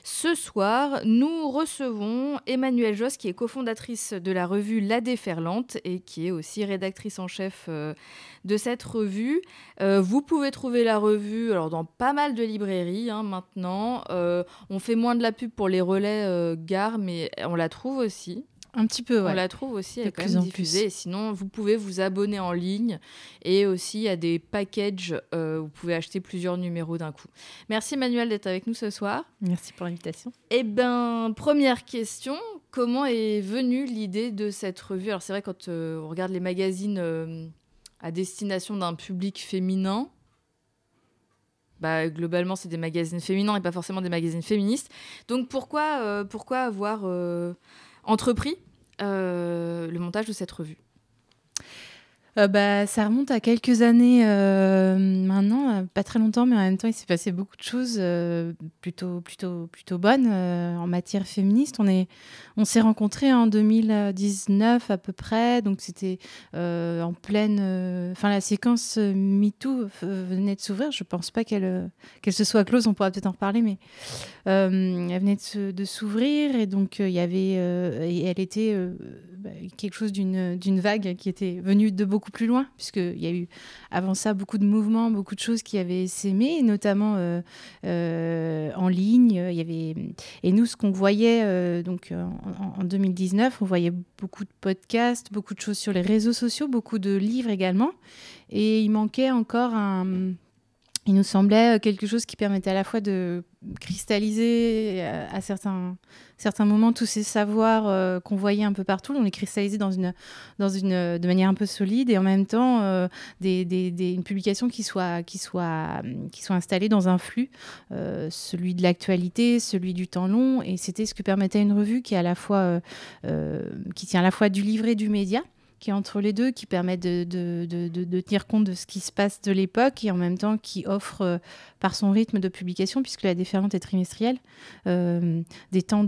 Ce soir, nous recevons Emmanuelle Josse, qui est cofondatrice de la revue La Déferlante et qui est aussi rédactrice en chef de cette revue. Vous pouvez trouver la revue dans pas mal de librairies maintenant. On fait moins de la pub pour les relais gares, mais on la trouve aussi. Un petit peu, On ouais. la trouve aussi, elle De est quand plus même en diffusée. plus. Et sinon, vous pouvez vous abonner en ligne. Et aussi, il y a des packages où vous pouvez acheter plusieurs numéros d'un coup. Merci Emmanuelle d'être avec nous ce soir. Merci pour l'invitation. Eh bien, première question, comment est venue l'idée de cette revue ? Alors c'est vrai, quand on regarde les magazines à destination d'un public féminin, globalement, c'est des magazines féminins et pas forcément des magazines féministes. Donc pourquoi avoir entrepris le montage de cette revue ? Ça remonte à quelques années maintenant, pas très longtemps, mais en même temps, il s'est passé beaucoup de choses plutôt bonnes en matière féministe. On s'est rencontrés en 2019 à peu près, donc c'était en pleine... la séquence MeToo venait de s'ouvrir. Je pense pas qu'elle se soit close, on pourra peut-être en reparler, mais elle venait de s'ouvrir et donc il y avait... et elle était quelque chose d'une vague qui était venue de beaucoup plus loin, puisqu'il y a eu avant ça beaucoup de mouvements, beaucoup de choses qui avaient s'aimé, et notamment en ligne. Et nous, ce qu'on voyait en 2019, on voyait beaucoup de podcasts, beaucoup de choses sur les réseaux sociaux, beaucoup de livres également. Et il manquait encore il nous semblait quelque chose qui permettait à la fois de cristalliser à certains moments tous ces savoirs qu'on voyait un peu partout. On les cristallisait de manière un peu solide et en même temps une publication qui soit installée dans un flux, celui de l'actualité, celui du temps long. Et c'était ce que permettait une revue qui est à la fois qui tient à la fois du livre et du média, qui est entre les deux, qui permet de tenir compte de ce qui se passe de l'époque et en même temps qui offre, par son rythme de publication, puisque La Déferlante est trimestrielle, des temps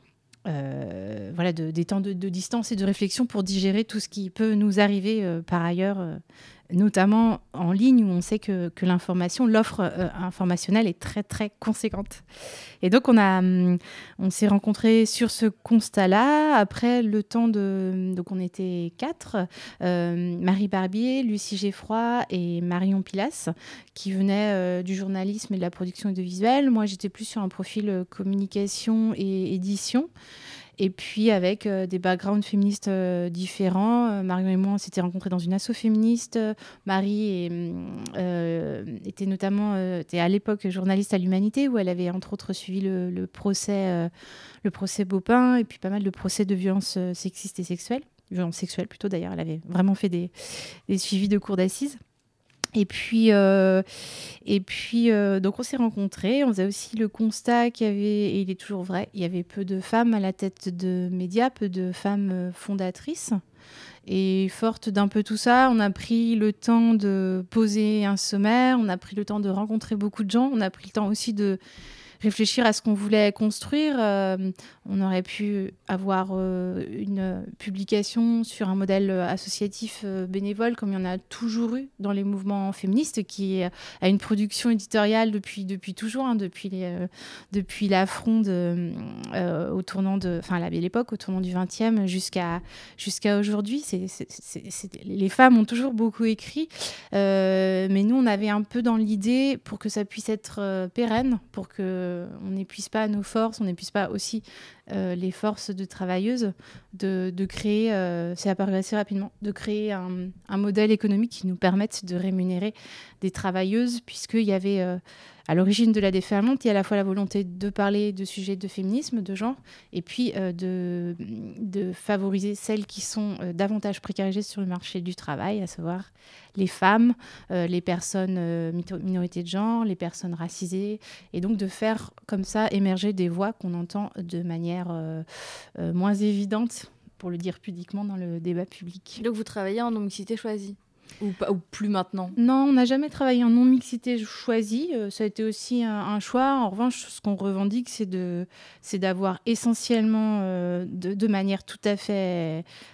des temps de distance et de réflexion pour digérer tout ce qui peut nous arriver par ailleurs, notamment en ligne où on sait que l'offre informationnelle est très très conséquente. Et donc on s'est rencontrés sur ce constat-là. Après le temps donc on était 4, Marie Barbier, Lucie Geffroy et Marion Pilas, qui venaient du journalisme et de la production audiovisuelle. Moi, j'étais plus sur un profil communication et édition. Et puis avec des backgrounds féministes différents. Marion et moi, on s'était rencontrés dans une asso féministe. Marie était à l'époque journaliste à l'Humanité, où elle avait entre autres suivi le procès Beaupin et puis pas mal de procès de violences sexistes et sexuelles. Violences sexuelles plutôt d'ailleurs. Elle avait vraiment fait des suivis de cours d'assises. Et puis, donc on s'est rencontrés. On faisait aussi le constat qu'il y avait, et il est toujours vrai, il y avait peu de femmes à la tête de médias, peu de femmes fondatrices. Et forte d'un peu tout ça, on a pris le temps de poser un sommaire, on a pris le temps de rencontrer beaucoup de gens, on a pris le temps aussi de réfléchir à ce qu'on voulait construire. On aurait pu avoir une publication sur un modèle associatif bénévole, comme il y en a toujours eu dans les mouvements féministes, qui a une production éditoriale depuis toujours, depuis la Fronde au tournant à la Belle Époque, au tournant du XXe jusqu'à aujourd'hui. Les femmes ont toujours beaucoup écrit, mais nous, on avait un peu dans l'idée, pour que ça puisse être pérenne, pour que on n'épuise pas nos forces, on n'épuise pas aussi les forces de travailleuses, de créer, c'est apparu assez rapidement, de créer un modèle économique qui nous permette de rémunérer des travailleuses, puisqu'il y avait à l'origine de La Déferlante, il y a à la fois la volonté de parler de sujets de féminisme, de genre, et puis de favoriser celles qui sont davantage précarisées sur le marché du travail, à savoir les femmes, les personnes minorités de genre, les personnes racisées, et donc de faire comme ça émerger des voix qu'on entend de manière moins évidente, pour le dire pudiquement, dans le débat public. Donc vous travaillez en non-mixité choisie ? Ou plus maintenant ? Non, on n'a jamais travaillé en non-mixité choisie. Ça a été aussi un choix. En revanche, ce qu'on revendique, c'est d'avoir essentiellement, de manière tout à fait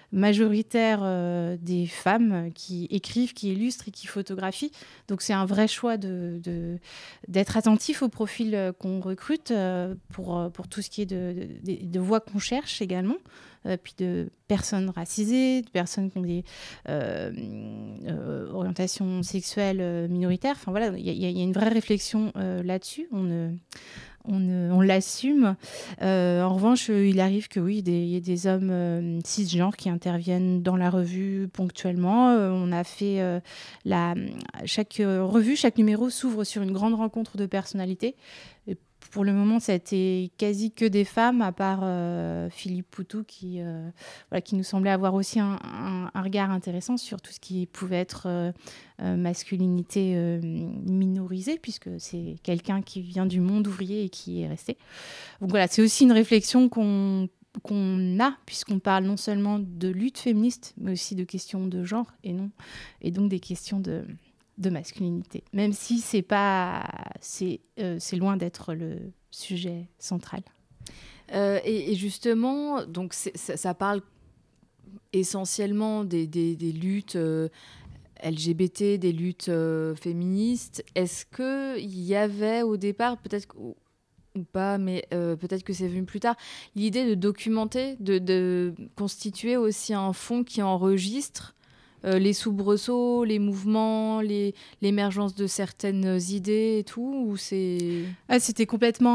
majoritaire des femmes qui écrivent, qui illustrent et qui photographient. Donc c'est un vrai choix d'être attentif au profil qu'on recrute pour tout ce qui est de voix qu'on cherche également. Puis de personnes racisées, de personnes qui ont des orientations sexuelles minoritaires. Enfin voilà, il y a une vraie réflexion là-dessus. On l'assume. En revanche, il arrive que oui, il y ait des hommes cisgenres qui interviennent dans la revue ponctuellement. On a fait chaque revue, chaque numéro s'ouvre sur une grande rencontre de personnalités. Et pour le moment, ça a été quasi que des femmes, à part Philippe Poutou, qui nous semblait avoir aussi un regard intéressant sur tout ce qui pouvait être masculinité minorisée, puisque c'est quelqu'un qui vient du monde ouvrier et qui est resté. Donc voilà, c'est aussi une réflexion qu'on a, puisqu'on parle non seulement de lutte féministe, mais aussi de questions de genre, et donc des questions de masculinité, même si c'est loin d'être le sujet central. Et justement, donc ça parle essentiellement des luttes LGBT, des luttes féministes. Est-ce qu'il y avait au départ, peut-être ou pas, mais peut-être que c'est venu plus tard, l'idée de documenter, de constituer aussi un fonds qui enregistre les soubresauts, les mouvements, l'émergence de certaines idées et tout, ou c'est... C'était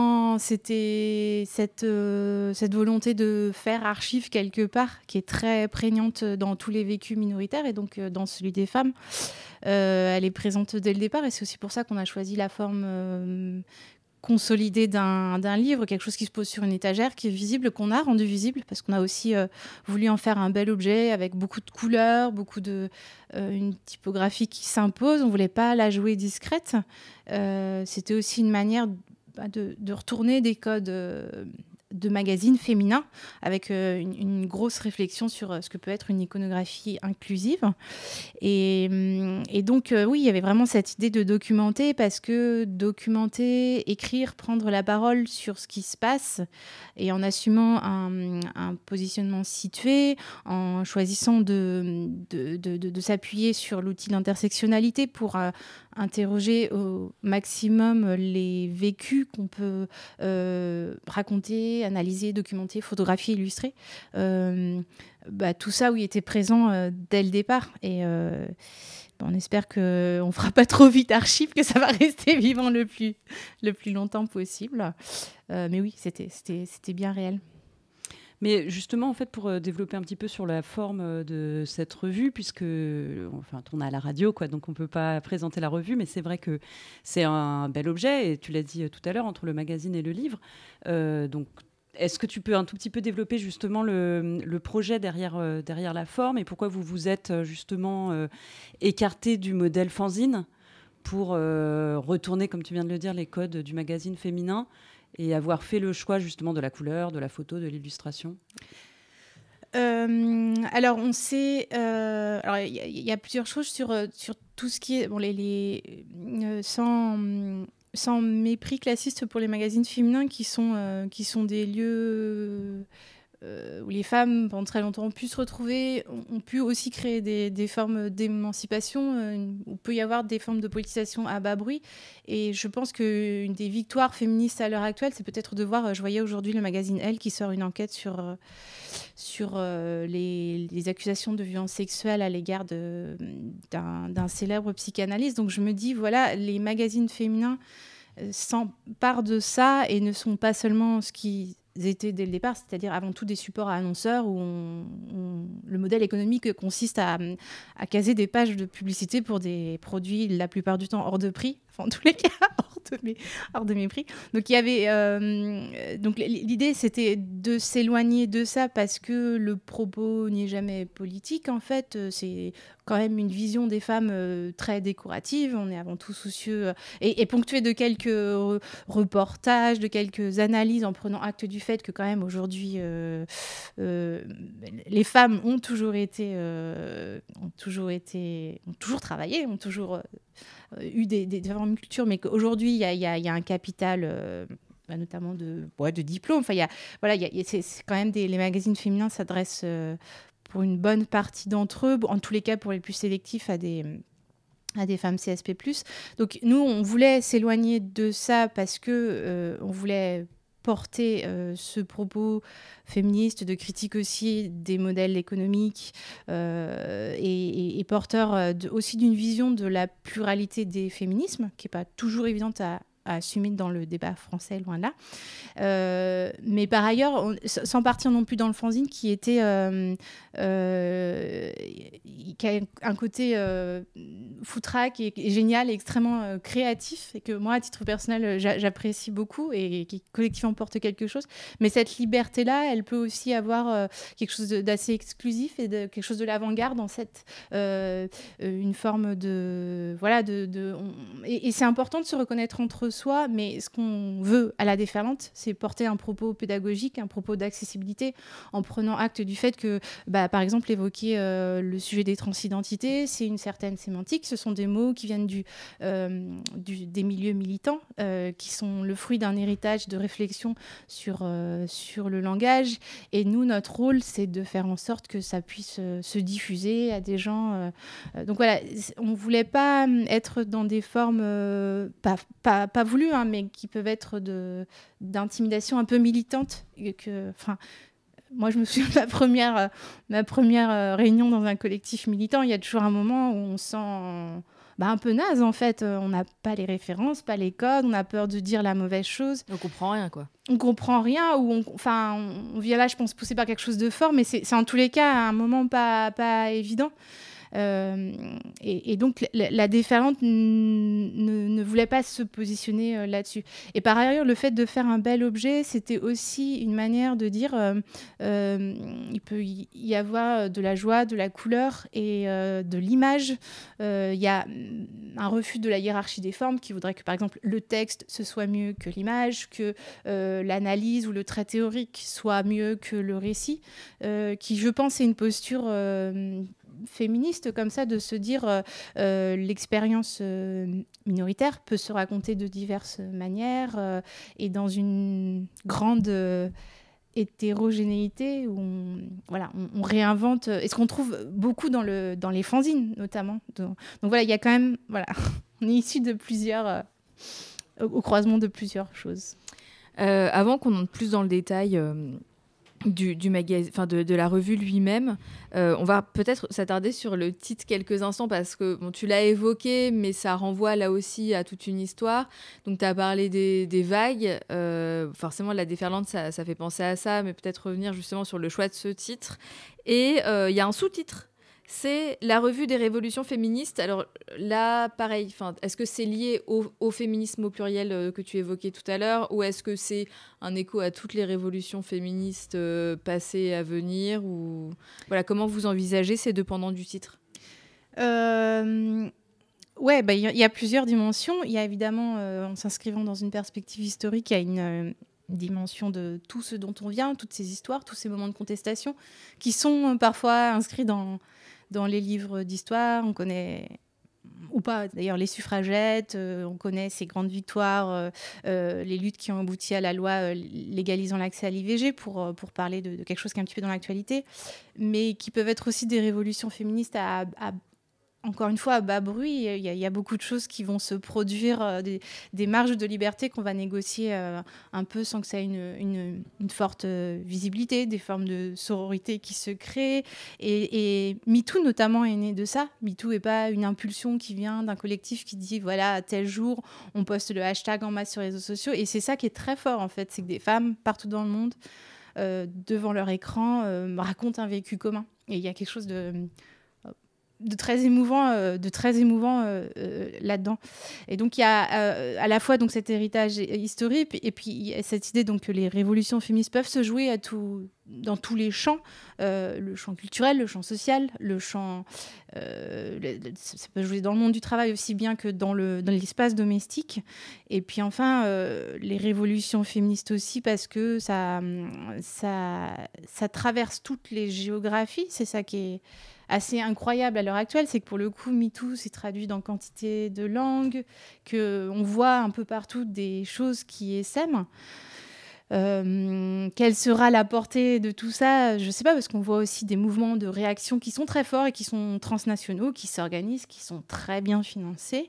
cette volonté de faire archive quelque part, qui est très prégnante dans tous les vécus minoritaires et donc dans celui des femmes. Elle est présente dès le départ et c'est aussi pour ça qu'on a choisi la forme consolidé d'un livre, quelque chose qui se pose sur une étagère, qui est visible, qu'on a rendu visible, parce qu'on a aussi voulu en faire un bel objet avec beaucoup de couleurs, une typographie qui s'impose. On ne voulait pas la jouer discrète. C'était aussi une manière de retourner des codes de magazines féminins avec une grosse réflexion sur ce que peut être une iconographie inclusive. Et donc, oui, il y avait vraiment cette idée de documenter, parce que documenter, écrire, prendre la parole sur ce qui se passe, et en assumant un positionnement situé, en choisissant de s'appuyer sur l'outil d'intersectionnalité pour interroger au maximum les vécus qu'on peut raconter, analyser, documenter, photographier, illustrer. Tout ça, oui, était présent dès le départ. Et on espère qu'on ne fera pas trop vite archive, que ça va rester vivant le plus longtemps possible. Mais oui, c'était bien réel. Mais justement, en fait, pour développer un petit peu sur la forme de cette revue, puisque on est à la radio, quoi, donc on ne peut pas présenter la revue, mais c'est vrai que c'est un bel objet, et tu l'as dit tout à l'heure, entre le magazine et le livre. Donc, est-ce que tu peux un tout petit peu développer justement le projet derrière la forme, et pourquoi vous vous êtes justement écarté du modèle fanzine pour retourner, comme tu viens de le dire, les codes du magazine féminin, et avoir fait le choix justement de la couleur, de la photo, de l'illustration? Alors, on sait... il y a plusieurs choses sur tout ce qui est... sans mépris classiste pour les magazines féminins, qui sont des lieux où les femmes, pendant très longtemps, ont pu se retrouver, ont pu aussi créer des formes d'émancipation, où peut y avoir des formes de politisation à bas bruit. Et je pense qu'une des victoires féministes à l'heure actuelle, c'est peut-être de voir, je voyais aujourd'hui le magazine Elle qui sort une enquête sur les accusations de violences sexuelles à l'égard d'un célèbre psychanalyste. Donc je me dis, voilà, les magazines féminins s'emparent de ça et ne sont pas seulement ce qu'ils étaient dès le départ, c'est-à-dire avant tout des supports à annonceurs où le modèle économique consiste à caser des pages de publicité pour des produits la plupart du temps hors de prix, enfin en tous les cas hors de mes prix. Donc il y avait donc l'idée, c'était de s'éloigner de ça, parce que le propos n'est jamais politique en fait. C'est quand même une vision des femmes très décorative. On est avant tout soucieux et ponctué de quelques reportages, de quelques analyses, en prenant acte du fait que quand même aujourd'hui les femmes ont toujours travaillé, ont toujours eu des formes de culture, mais qu'aujourd'hui il y a un capital notamment de diplômes. Enfin, c'est quand même les magazines féminins s'adressent pour une bonne partie d'entre eux, en tous les cas pour les plus sélectifs, à des femmes CSP+. Donc nous, on voulait s'éloigner de ça parce que on voulait porter ce propos féministe, de critique aussi des modèles économiques et porteur aussi d'une vision de la pluralité des féminismes, qui n'est pas toujours évidente à assumer dans le débat français, loin de là. Mais par ailleurs, sans partir non plus dans le fanzine, qui a un côté foutraque et génial et extrêmement créatif, et que moi, à titre personnel, j'apprécie beaucoup et qui collectivement porte quelque chose. Mais cette liberté-là, elle peut aussi avoir quelque chose d'assez exclusif et quelque chose de l'avant-garde dans cette une forme de voilà et c'est important de se reconnaître entre soi, mais ce qu'on veut à la Déferlante, c'est porter un propos pédagogique, un propos d'accessibilité, en prenant acte du fait que, par exemple, évoquer le sujet des transidentités, c'est une certaine sémantique, ce sont des mots qui viennent des milieux militants, qui sont le fruit d'un héritage de réflexion sur le langage, et nous, notre rôle, c'est de faire en sorte que ça puisse se diffuser à des gens. Donc voilà, on ne voulait pas être dans des formes pas voulues, hein, mais qui peuvent être d'intimidation un peu militante. Moi, je me souviens de ma première réunion dans un collectif militant. Il y a toujours un moment où on sent un peu naze, en fait. On n'a pas les références, pas les codes, on a peur de dire la mauvaise chose. On comprend rien, quoi. On comprend rien, ou on vient là, je pense, poussé par quelque chose de fort, mais c'est en tous les cas un moment pas évident. Et donc la Déferlante ne voulait pas se positionner là-dessus. Et par ailleurs, le fait de faire un bel objet, c'était aussi une manière de dire il peut y avoir de la joie, de la couleur et de l'image. Il y a un refus de la hiérarchie des formes qui voudrait que, par exemple, le texte ce soit mieux que l'image, que l'analyse ou le trait théorique soit mieux que le récit, qui, je pense, est une posture féministe, comme ça, de se dire l'expérience minoritaire peut se raconter de diverses manières et dans une grande hétérogénéité où on réinvente, et ce qu'on trouve beaucoup dans les fanzines notamment. Donc voilà, il y a quand même, on est issu de plusieurs au croisement de plusieurs choses. Avant qu'on entre plus dans le détail du magazine, de la revue lui-même, on va peut-être s'attarder sur le titre quelques instants, parce que tu l'as évoqué, mais ça renvoie là aussi à toute une histoire. Donc tu as parlé des vagues, forcément la Déferlante, ça fait penser à ça, mais peut-être revenir justement sur le choix de ce titre. Et il y a un sous-titre, c'est la revue des révolutions féministes. Alors là, pareil, est-ce que c'est lié au féminisme au pluriel que tu évoquais tout à l'heure, ou est-ce que c'est un écho à toutes les révolutions féministes passées et à venir, ou voilà, comment vous envisagez ces deux pendants du titre ? Ouais, il y a plusieurs dimensions. Il y a évidemment, en s'inscrivant dans une perspective historique, il y a une dimension de tout ce dont on vient, toutes ces histoires, tous ces moments de contestation qui sont parfois inscrits dans les livres d'histoire. On connaît, ou pas d'ailleurs, les suffragettes, on connaît ces grandes victoires, les luttes qui ont abouti à la loi légalisant l'accès à l'IVG, pour parler de quelque chose qui est un petit peu dans l'actualité, mais qui peuvent être aussi des révolutions féministes encore une fois, à bas bruit. Il y a beaucoup de choses qui vont se produire, des marges de liberté qu'on va négocier un peu sans que ça ait une forte visibilité, des formes de sororité qui se créent. Et MeToo, notamment, est né de ça. MeToo n'est pas une impulsion qui vient d'un collectif qui dit, voilà, à tel jour, on poste le hashtag en masse sur les réseaux sociaux. Et c'est ça qui est très fort, en fait. C'est que des femmes, partout dans le monde, devant leur écran, racontent un vécu commun. Et il y a quelque chose de très émouvant là-dedans. Et donc il y a à la fois donc cet héritage historique, et puis il y a cette idée donc que les révolutions féministes peuvent se jouer dans tous les champs, le champ culturel, le champ social, le champ ça peut jouer dans le monde du travail aussi bien que dans l'espace domestique. Et puis enfin les révolutions féministes aussi, parce que ça traverse toutes les géographies. C'est ça qui est assez incroyable à l'heure actuelle, c'est que pour le coup, MeToo s'est traduit dans quantité de langues, qu'on voit un peu partout des choses qui essaiment. Quelle sera la portée de tout ça ? Je ne sais pas, parce qu'on voit aussi des mouvements de réaction qui sont très forts et qui sont transnationaux, qui s'organisent, qui sont très bien financés.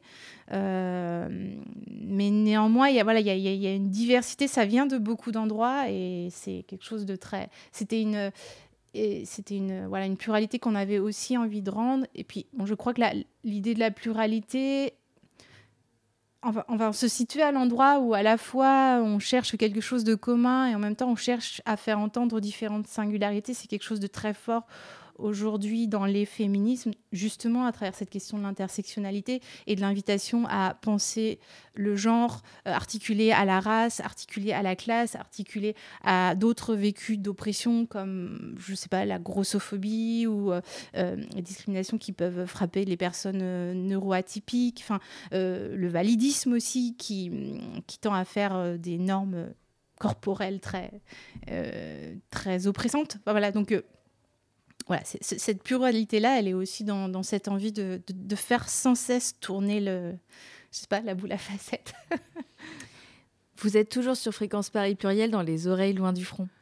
Mais néanmoins, il y a une diversité, ça vient de beaucoup d'endroits et c'est quelque chose de très... C'était une pluralité qu'on avait aussi envie de rendre. Et puis, je crois que l'idée de la pluralité... On va se situer à l'endroit où à la fois on cherche quelque chose de commun et en même temps on cherche à faire entendre différentes singularités. C'est quelque chose de très fort aujourd'hui dans les féminismes, justement à travers cette question de l'intersectionnalité et de l'invitation à penser le genre articulé à la race, articulé à la classe, articulé à d'autres vécus d'oppression comme, je sais pas, la grossophobie ou les discriminations qui peuvent frapper les personnes neuroatypiques, le validisme aussi qui tend à faire des normes corporelles très oppressantes. Voilà, donc... Voilà, cette pluralité-là, elle est aussi dans cette envie de faire sans cesse tourner la boule à facettes. Vous êtes toujours sur Fréquence Paris Pluriel dans les oreilles loin du front.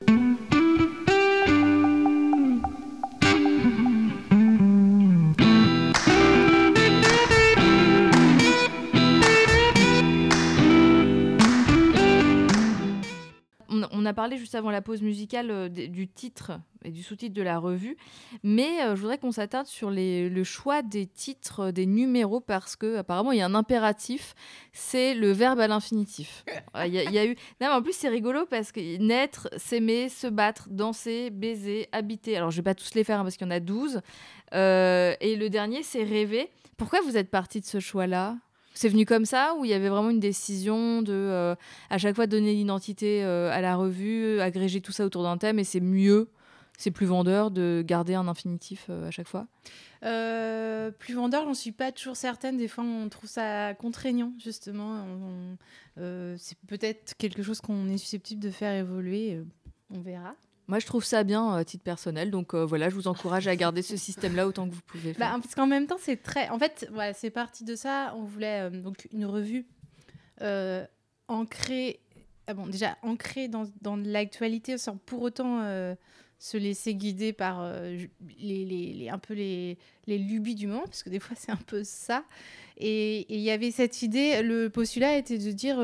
On a parlé juste avant la pause musicale du titre et du sous-titre de la revue, mais je voudrais qu'on s'attarde sur le choix des titres, des numéros, parce qu'apparemment il y a un impératif, c'est le verbe à l'infinitif. Il y a eu... Non, mais en plus c'est rigolo parce que naître, s'aimer, se battre, danser, baiser, habiter. Alors je vais pas tous les faire parce qu'il y en a 12. Et le dernier c'est rêver. Pourquoi vous êtes parti de ce choix-là ? C'est venu comme ça, ou il y avait vraiment une décision de, à chaque fois, donner l'identité à la revue, agréger tout ça autour d'un thème, et c'est mieux, c'est plus vendeur de garder un infinitif à chaque fois ? Plus vendeur, j'en suis pas toujours certaine. Des fois, on trouve ça contraignant, justement. C'est peut-être quelque chose qu'on est susceptible de faire évoluer. On verra. Moi, je trouve ça bien à titre personnel. Donc voilà, je vous encourage à garder ce système-là autant que vous pouvez. Parce qu'en même temps, c'est très... En fait, voilà, c'est parti de ça. On voulait donc une revue ancrée... déjà ancrée dans l'actualité, sans pour autant se laisser guider par un peu les lubies du moment, parce que des fois, c'est un peu ça. Et il y avait cette idée, le postulat était de dire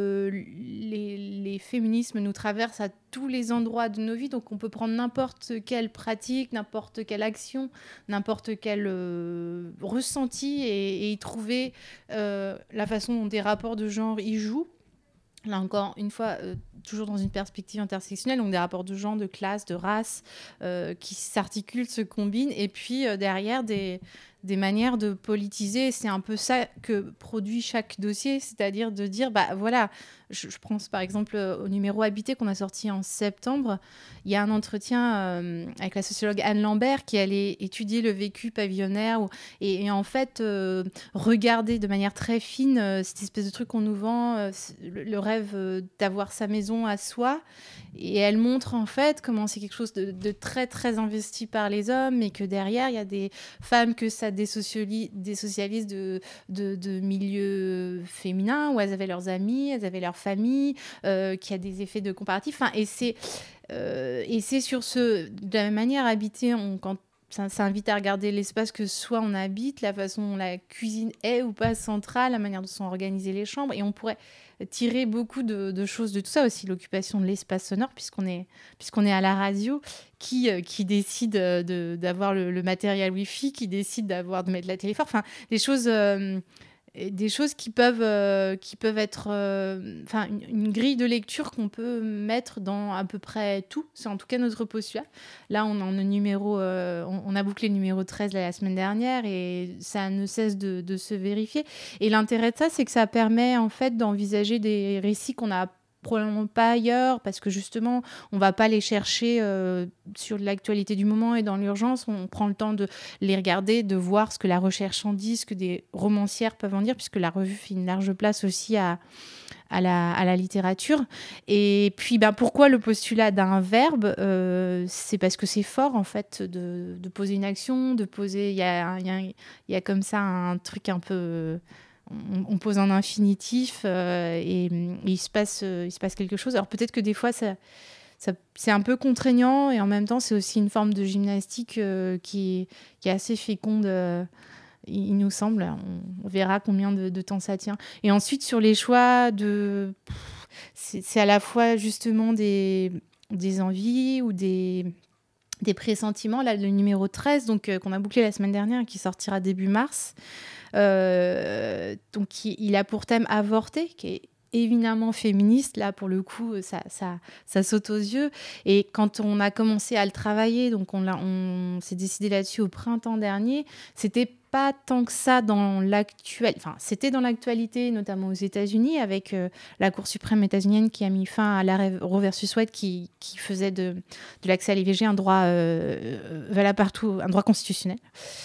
les féminismes nous traversent à tous les endroits de nos vies, donc on peut prendre n'importe quelle pratique, n'importe quelle action, n'importe quel ressenti et y trouver la façon dont des rapports de genre y jouent. Là encore, une fois, toujours dans une perspective intersectionnelle, donc des rapports de genre, de classe, de race qui s'articulent, se combinent, et puis derrière des manières de politiser. C'est un peu ça que produit chaque dossier, c'est-à-dire de dire, voilà, je pense par exemple au numéro Habité qu'on a sorti en septembre. Il y a un entretien avec la sociologue Anne Lambert qui allait étudier le vécu pavillonnaire et en fait regarder de manière très fine cette espèce de truc qu'on nous vend, le rêve d'avoir sa maison à soi. Et elle montre en fait comment c'est quelque chose de très très investi par les hommes, mais que derrière il y a des femmes que ça désocialise de milieux féminins où elles avaient leurs amis, elles avaient leur famille, qui a des effets de comparatif. Et c'est sur de la même manière, Habiter, quand ça invite à regarder l'espace que soi on habite, la façon dont la cuisine est ou pas centrale, la manière dont sont organisées les chambres, et on pourrait tirer beaucoup de choses de tout ça, aussi l'occupation de l'espace sonore, puisqu'on est à la radio, qui décide d'avoir le matériel Wi-Fi, qui décide de mettre la télé fort, des choses qui peuvent être une grille de lecture qu'on peut mettre dans à peu près tout. C'est en tout cas notre postulat. Là, on a bouclé le numéro 13 la semaine dernière et ça ne cesse de se vérifier. Et l'intérêt de ça, c'est que ça permet en fait d'envisager des récits qu'on n'a probablement pas ailleurs, parce que justement on va pas les chercher sur l'actualité du moment et dans l'urgence. On prend le temps de les regarder, de voir ce que la recherche en dit, ce que des romancières peuvent en dire, puisque la revue fait une large place aussi à la littérature. Et puis pourquoi le postulat d'un verbe, c'est parce que c'est fort en fait de poser une action, de poser, il y a comme ça un truc un peu on pose un infinitif et il se passe quelque chose. Alors peut-être que des fois, c'est un peu contraignant et en même temps, c'est aussi une forme de gymnastique qui est assez féconde. Il nous semble, on verra combien de temps ça tient. Et ensuite, sur les choix, c'est à la fois justement des envies ou des pressentiments. Là, le numéro 13, donc, qu'on a bouclé la semaine dernière, qui sortira début mars. Donc, il a pour thème avorter, qui est éminemment féministe. Là, pour le coup, ça saute aux yeux. Et quand on a commencé à le travailler, donc on s'est décidé là-dessus au printemps dernier, c'était pas tant que ça dans c'était dans l'actualité, notamment aux États-Unis, avec la Cour suprême états-unienne qui a mis fin à l'arrêt Roe versus Wade qui faisait de l'accès à l'IVG un droit valable partout, un droit constitutionnel.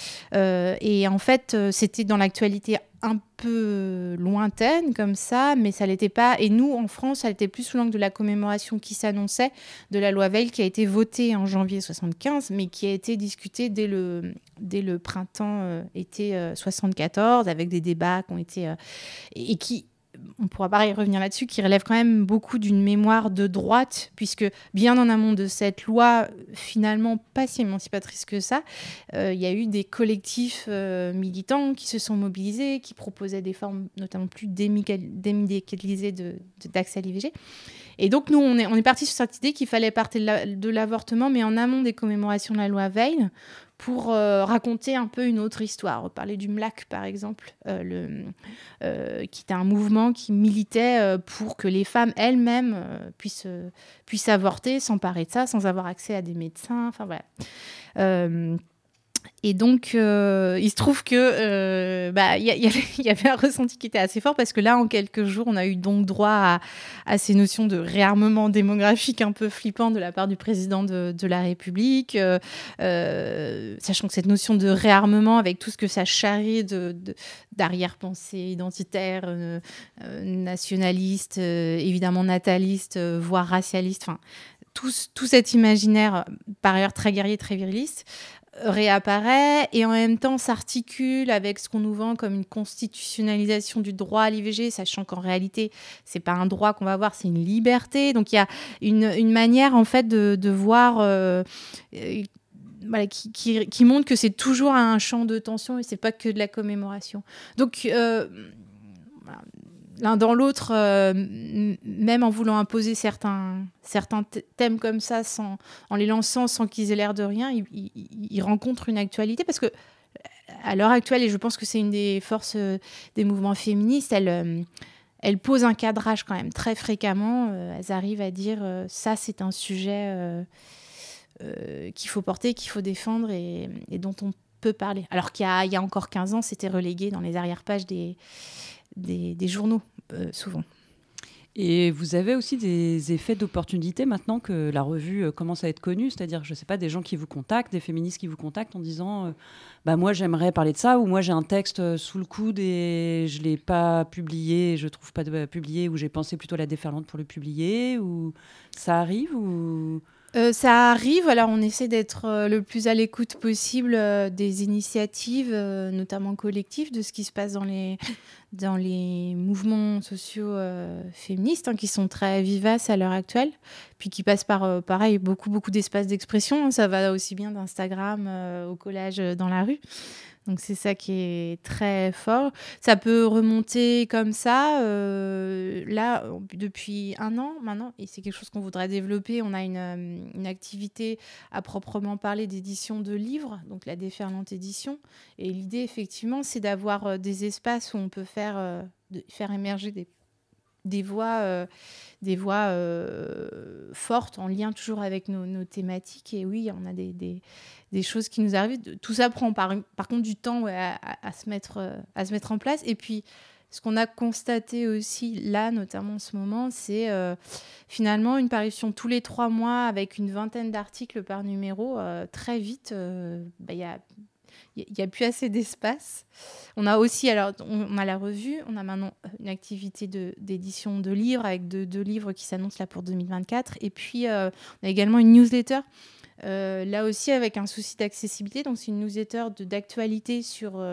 Et en fait, c'était dans l'actualité un peu lointaine comme ça, mais ça l'était pas. Et nous, en France, ça l'était plus sous l'angle de la commémoration qui s'annonçait de la loi Veil qui a été votée en janvier 75, mais qui a été discutée dès le printemps-été 74, avec des débats qui ont été... et qui, on ne pourra pas y revenir là-dessus, qui relève quand même beaucoup d'une mémoire de droite, puisque bien en amont de cette loi, finalement pas si émancipatrice que ça, il y a eu des collectifs militants qui se sont mobilisés, qui proposaient des formes notamment plus démédicalisées d'accès à l'IVG. Et donc, nous, on est partis sur cette idée qu'il fallait partir de l'avortement, mais en amont des commémorations de la loi Veil, pour raconter un peu une autre histoire. Parler du MLAC, par exemple, qui était un mouvement qui militait pour que les femmes elles-mêmes puissent avorter, s'emparer de ça, sans avoir accès à des médecins. Enfin, voilà. Et donc, il se trouve que y avait un ressenti qui était assez fort parce que là, en quelques jours, on a eu donc droit à ces notions de réarmement démographique un peu flippant de la part du président de la République, sachant que cette notion de réarmement, avec tout ce que ça charrie d'arrière-pensée identitaire, nationaliste, évidemment nataliste, voire racialiste, enfin, tout cet imaginaire, par ailleurs très guerrier, très viriliste, réapparaît et en même temps s'articule avec ce qu'on nous vend comme une constitutionnalisation du droit à l'IVG, sachant qu'en réalité, c'est pas un droit qu'on va avoir, c'est une liberté. Donc il y a une manière en fait de voir voilà, qui montre que c'est toujours un champ de tension et c'est pas que de la commémoration. Donc voilà, l'un dans l'autre, même en voulant imposer certains thèmes comme ça, en les lançant sans qu'ils aient l'air de rien, ils rencontrent une actualité parce que à l'heure actuelle, et je pense que c'est une des forces des mouvements féministes, elles posent un cadrage quand même très fréquemment. Elles arrivent à dire ça, c'est un sujet qu'il faut porter, qu'il faut défendre et dont on peut parler. Alors qu'il y a encore 15 ans, c'était relégué dans les arrière-pages des journaux, souvent. Et vous avez aussi des effets d'opportunité maintenant que la revue commence à être connue, c'est-à-dire, je ne sais pas, des gens qui vous contactent, des féministes qui vous contactent en disant moi j'aimerais parler de ça, ou moi j'ai un texte sous le coude et je ne l'ai pas publié, je ne trouve pas de publier, ou j'ai pensé plutôt à la déferlante pour le publier, ou ça arrive ou... Ça arrive, alors on essaie d'être le plus à l'écoute possible des initiatives, notamment collectives, de ce qui se passe dans les mouvements sociaux féministes, qui sont très vivaces à l'heure actuelle, puis qui passent par, pareil, beaucoup d'espaces d'expression. Ça va aussi bien d'Instagram au collage dans la rue. Donc c'est ça qui est très fort. Ça peut remonter comme ça. Là, depuis 1 an maintenant, et c'est quelque chose qu'on voudrait développer, on a une activité à proprement parler d'édition de livres, donc la Déferlante Édition. Et l'idée, effectivement, c'est d'avoir des espaces où on peut faire émerger des voix fortes, en lien toujours avec nos thématiques. Et oui, on a des choses qui nous arrivent. Tout ça prend par contre du temps à se mettre en place. Et puis, ce qu'on a constaté aussi là, notamment en ce moment, c'est finalement une parution tous les 3 mois avec une vingtaine d'articles par numéro. Très vite, il n'y a plus assez d'espace. On a aussi, alors, on a la revue, on a maintenant une activité d'édition de livres avec deux livres qui s'annoncent là pour 2024. Et puis, on a également une newsletter, là aussi avec un souci d'accessibilité. Donc, c'est une newsletter d'actualité sur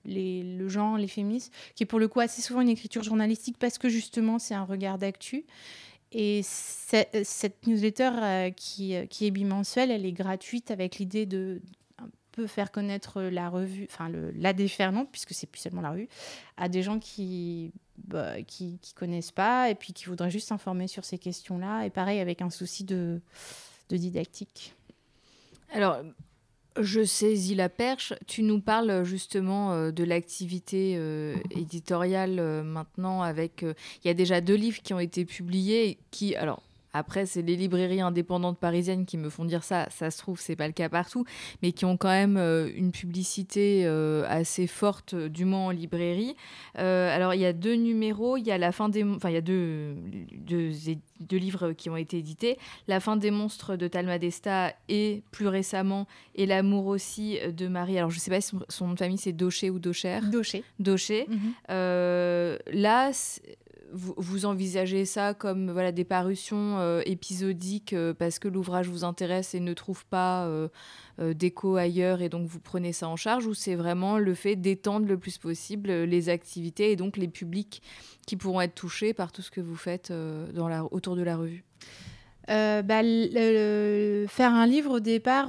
le genre, les féministes, qui est pour le coup assez souvent une écriture journalistique parce que justement c'est un regard d'actu. Et cette newsletter qui est bimensuelle, elle est gratuite avec l'idée de un peu faire connaître la revue, enfin la déferlante, puisque c'est plus seulement la revue, à des gens qui connaissent pas et puis qui voudraient juste s'informer sur ces questions-là. Et pareil, avec un souci de didactique. Alors, je saisis la perche. Tu nous parles justement de l'activité éditoriale maintenant avec... Il y a déjà 2 livres qui ont été publiés qui... Alors, après, c'est les librairies indépendantes parisiennes qui me font dire ça. Ça se trouve, c'est pas le cas partout, mais qui ont quand même une publicité assez forte, du moins en librairie. Alors, il y a 2 numéros. Il y a la fin des... Enfin, il y a deux livres qui ont été édités. La fin des monstres de Talma Desta et, plus récemment, Et l'amour aussi de Marie. Alors, je sais pas si son nom de famille, c'est Daucher ou Daucher. Daucher. Là... Vous envisagez ça comme des parutions épisodiques parce que l'ouvrage vous intéresse et ne trouve pas d'écho ailleurs et donc vous prenez ça en charge, ou c'est vraiment le fait d'étendre le plus possible les activités et donc les publics qui pourront être touchés par tout ce que vous faites autour de la revue? Faire un livre au départ,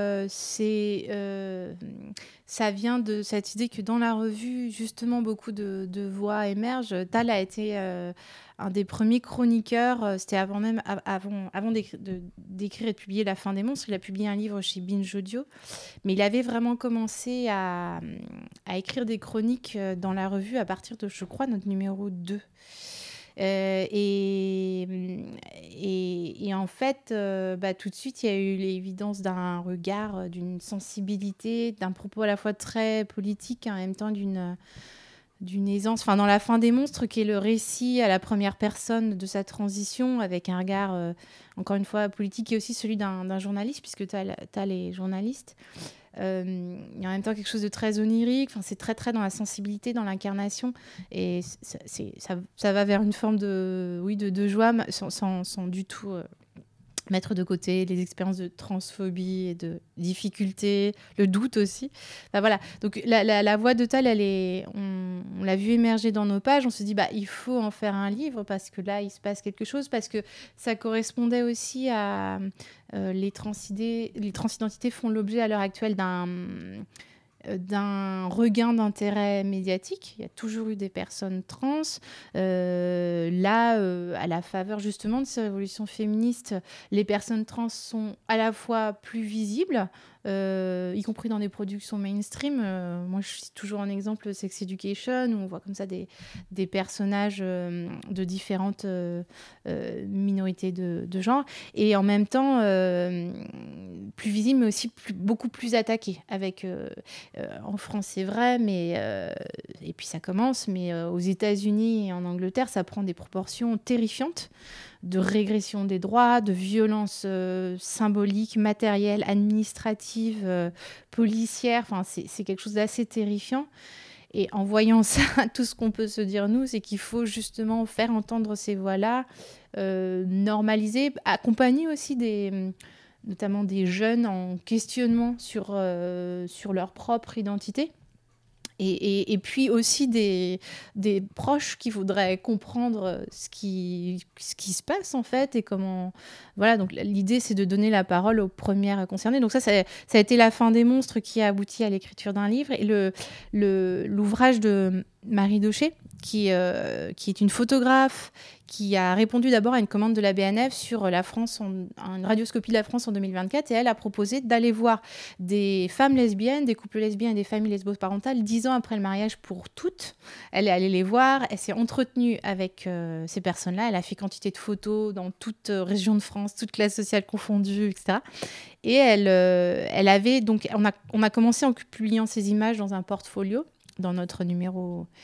ça vient de cette idée que dans la revue, justement, beaucoup de voix émergent. Tal a été un des premiers chroniqueurs, c'était avant d'écrire et de publier La fin des monstres. Il a publié un livre chez Binge Audio, mais il avait vraiment commencé à écrire des chroniques dans la revue à partir de, je crois, notre numéro 2. Et en fait, tout de suite, il y a eu l'évidence d'un regard, d'une sensibilité, d'un propos à la fois très politique et en même temps d'une aisance. Enfin, dans La fin des monstres, qui est le récit à la première personne de sa transition, avec un regard, encore une fois, politique, et aussi celui d'un journaliste, puisque Tal est journaliste. Il y a en même temps quelque chose de très onirique. Enfin, c'est très, très dans la sensibilité, dans l'incarnation. Et ça va vers une forme de joie, sans du tout mettre de côté les expériences de transphobie et de difficulté, le doute aussi. Enfin, voilà. Donc, la voix de Tal, on l'a vu émerger dans nos pages. On se dit, il faut en faire un livre parce que là, il se passe quelque chose, parce que ça correspondait aussi à... les transidentités font l'objet à l'heure actuelle d'un regain d'intérêt médiatique. Il y a toujours eu des personnes trans. À la faveur justement de ces révolutions féministes, les personnes trans sont à la fois plus visibles, y compris dans des productions mainstream. Moi, je cite toujours un exemple, Sex Education, où on voit comme ça des personnages de différentes minorités de genre, et en même temps plus visibles, mais aussi beaucoup plus attaqués. En France, c'est vrai, et puis ça commence, mais aux États-Unis et en Angleterre, ça prend des proportions terrifiantes de régression des droits, de violences symboliques, matérielles, administratives, policières. Enfin, c'est quelque chose d'assez terrifiant. Et en voyant ça, tout ce qu'on peut se dire, nous, c'est qu'il faut justement faire entendre ces voix-là, normaliser, accompagner aussi notamment des jeunes en questionnement sur leur propre identité. Et puis aussi des proches qui voudraient comprendre ce qui se passe en fait et comment... Voilà, donc l'idée c'est de donner la parole aux premières concernées. Donc ça a été La fin des monstres qui a abouti à l'écriture d'un livre. Et l'ouvrage de Marie Daucher, qui est une photographe, qui a répondu d'abord à une commande de la BNF sur une radioscopie de la France en 2024, et elle a proposé d'aller voir des femmes lesbiennes, des couples lesbiens et des familles lesbo-parentales 10 ans après le mariage pour toutes. Elle est allée les voir, elle s'est entretenue avec ces personnes-là, elle a fait quantité de photos dans toute région de France, toute classe sociale confondue, etc. Et elle avait donc, on a commencé en publiant ces images dans un portfolio, dans notre numéro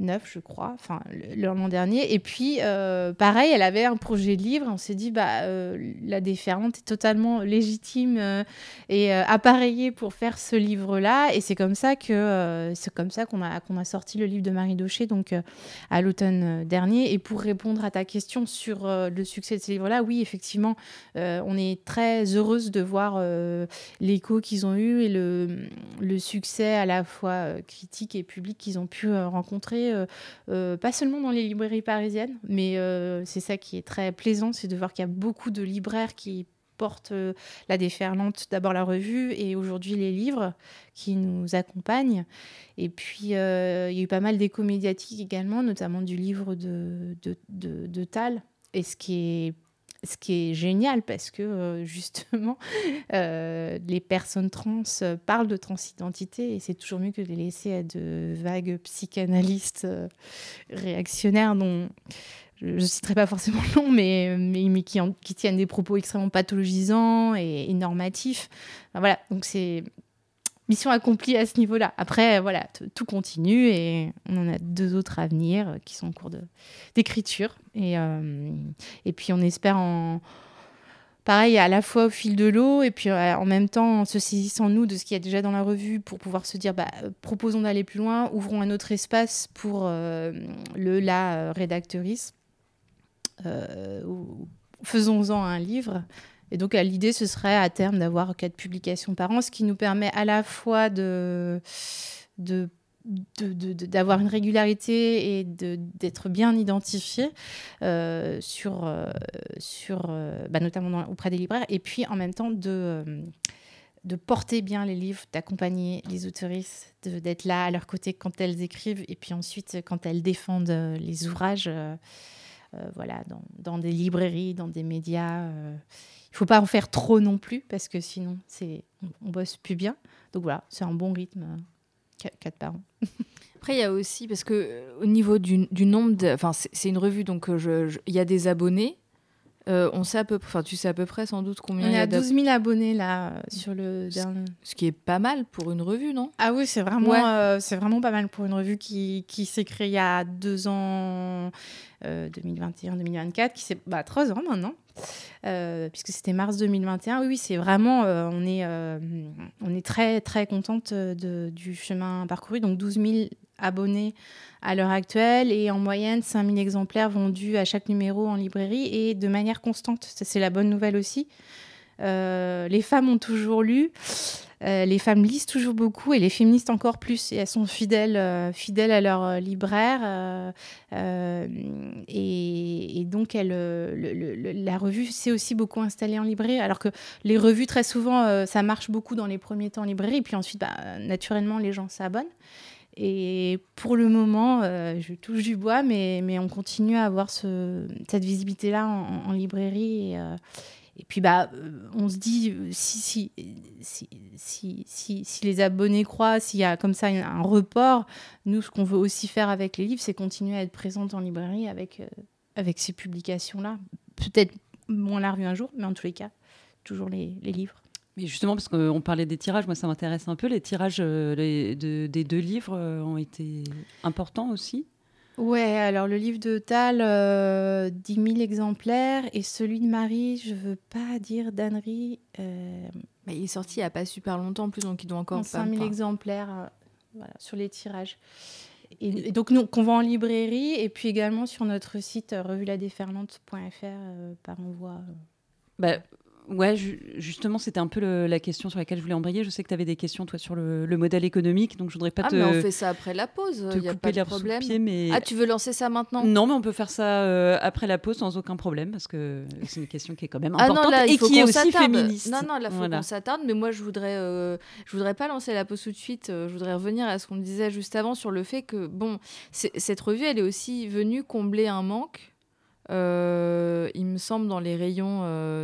je crois, enfin l'an dernier. Et puis, pareil, elle avait un projet de livre. On s'est dit, la déferlante est totalement légitime et appareillée pour faire ce livre-là. Et c'est comme ça qu'on a sorti le livre de Marie Daucher, donc à l'automne dernier. Et pour répondre à ta question sur le succès de ce livre-là, oui, effectivement, on est très heureuse de voir l'écho qu'ils ont eu et le succès à la fois critique et public qu'ils ont pu rencontrer, pas seulement dans les librairies parisiennes, mais c'est ça qui est très plaisant, c'est de voir qu'il y a beaucoup de libraires qui portent la déferlante, d'abord la revue et aujourd'hui les livres qui nous accompagnent. Et puis il y a eu pas mal d'échos médiatiques également, notamment du livre de Tal. Et ce qui est génial parce que justement les personnes trans parlent de transidentité et c'est toujours mieux que de les laisser à de vagues psychanalystes réactionnaires dont je ne citerai pas forcément le nom, mais qui tiennent des propos extrêmement pathologisants et normatifs. Enfin, voilà, donc c'est mission accomplie à ce niveau-là. Après, voilà, tout continue et on en a 2 autres à venir qui sont en cours d'écriture. Et puis on espère pareil, à la fois au fil de l'eau et puis en même temps en se saisissant, nous, de ce qu'il y a déjà dans la revue pour pouvoir se dire, proposons d'aller plus loin, ouvrons un autre espace pour la rédactrice. Faisons-en un livre. Et donc, l'idée, ce serait à terme d'avoir 4 publications par an, ce qui nous permet à la fois d'avoir une régularité et d'être bien identifié notamment auprès des libraires, et puis en même temps de porter bien les livres, d'accompagner les autrices, d'être là à leur côté quand elles écrivent, et puis ensuite quand elles défendent les ouvrages dans des librairies, dans des médias. Il ne faut pas en faire trop non plus, parce que sinon, on bosse plus bien. Donc voilà, c'est un bon rythme, 4 par an. Après, il y a aussi, parce qu'au niveau du nombre, c'est une revue, donc il y a des abonnés. On sait tu sais à peu près sans doute combien il y a 12 000 abonnés là sur le dernier. Ce qui est pas mal pour une revue, non ? Ah oui, c'est vraiment pas mal pour une revue qui s'est créée il y a 2 ans, 2021-2024, qui c'est 3 ans maintenant, puisque c'était mars 2021. Oui, c'est vraiment, on est très très contente du chemin parcouru. Donc 12 000 abonnés à l'heure actuelle et en moyenne 5 000 exemplaires vendus à chaque numéro en librairie et de manière constante. Ça, c'est la bonne nouvelle aussi. Les femmes ont toujours lu, les femmes lisent toujours beaucoup et les féministes encore plus. Et elles sont fidèles à leur libraire. Et donc, la revue s'est aussi beaucoup installée en librairie. Alors que les revues, très souvent, ça marche beaucoup dans les premiers temps en librairie. Et puis ensuite, naturellement, les gens s'abonnent. Et pour le moment, je touche du bois, mais on continue à avoir cette visibilité-là en librairie. Et puis, on se dit, si les abonnés croient, s'il y a comme ça un report, nous, ce qu'on veut aussi faire avec les livres, c'est continuer à être présente en librairie avec ces publications-là. Peut-être moins la revue un jour, mais en tous les cas, toujours les livres. Mais justement, parce qu'on parlait des tirages, moi ça m'intéresse un peu. Les tirages des 2 livres ont été importants aussi. Ouais, alors le livre de Tal, 10 000 exemplaires, et celui de Marie, je veux pas dire d'ânerie. Il est sorti il n'y a pas super longtemps en plus, donc il doit encore... 5 000 exemplaires sur les tirages. Et donc, nous, qu'on vend en librairie, et puis également sur notre site revueladéferlante.fr par envoi. Ouais, justement, c'était un peu la question sur laquelle je voulais embrayer. Je sais que tu avais des questions, toi, sur le modèle économique, donc je voudrais pas mais on fait ça après la pause, il n'y a pas de problème. Pied, mais... Ah, tu veux lancer ça maintenant ? Non, mais on peut faire ça après la pause sans aucun problème, parce que c'est une question qui est quand même importante et qui est aussi féministe. Non, là, il faut qu'on s'attarde, mais moi, je voudrais pas lancer la pause tout de suite. Je voudrais revenir à ce qu'on disait juste avant sur le fait que, cette revue, elle est aussi venue combler un manque. Il me semble dans les rayons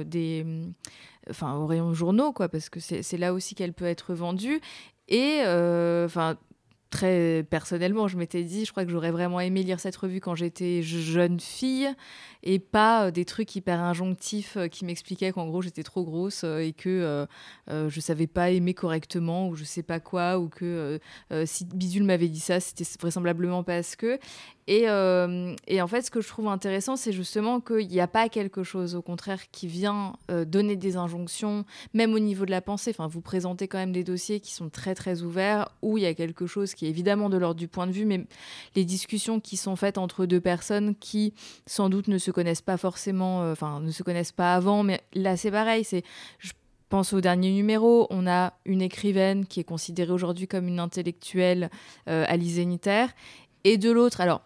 aux rayons journaux, quoi, parce que c'est là aussi qu'elle peut être vendue. Et très personnellement, je m'étais dit, je crois que j'aurais vraiment aimé lire cette revue quand j'étais jeune fille et pas des trucs hyper injonctifs qui m'expliquaient qu'en gros j'étais trop grosse et que je savais pas aimer correctement ou je sais pas quoi, ou que si Bidule m'avait dit ça, c'était vraisemblablement parce que... Et en fait, ce que je trouve intéressant, c'est justement qu'il n'y a pas quelque chose, au contraire, qui vient donner des injonctions, même au niveau de la pensée. Enfin, vous présentez quand même des dossiers qui sont très, très ouverts, où il y a quelque chose qui est évidemment de l'ordre du point de vue, mais les discussions qui sont faites entre deux personnes qui, sans doute, ne se connaissent pas forcément, ne se connaissent pas avant, mais là, c'est pareil, je pense au dernier numéro, on a une écrivaine qui est considérée aujourd'hui comme une intellectuelle, Alice Zéniter, et de l'autre, alors,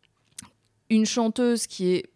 une chanteuse qui est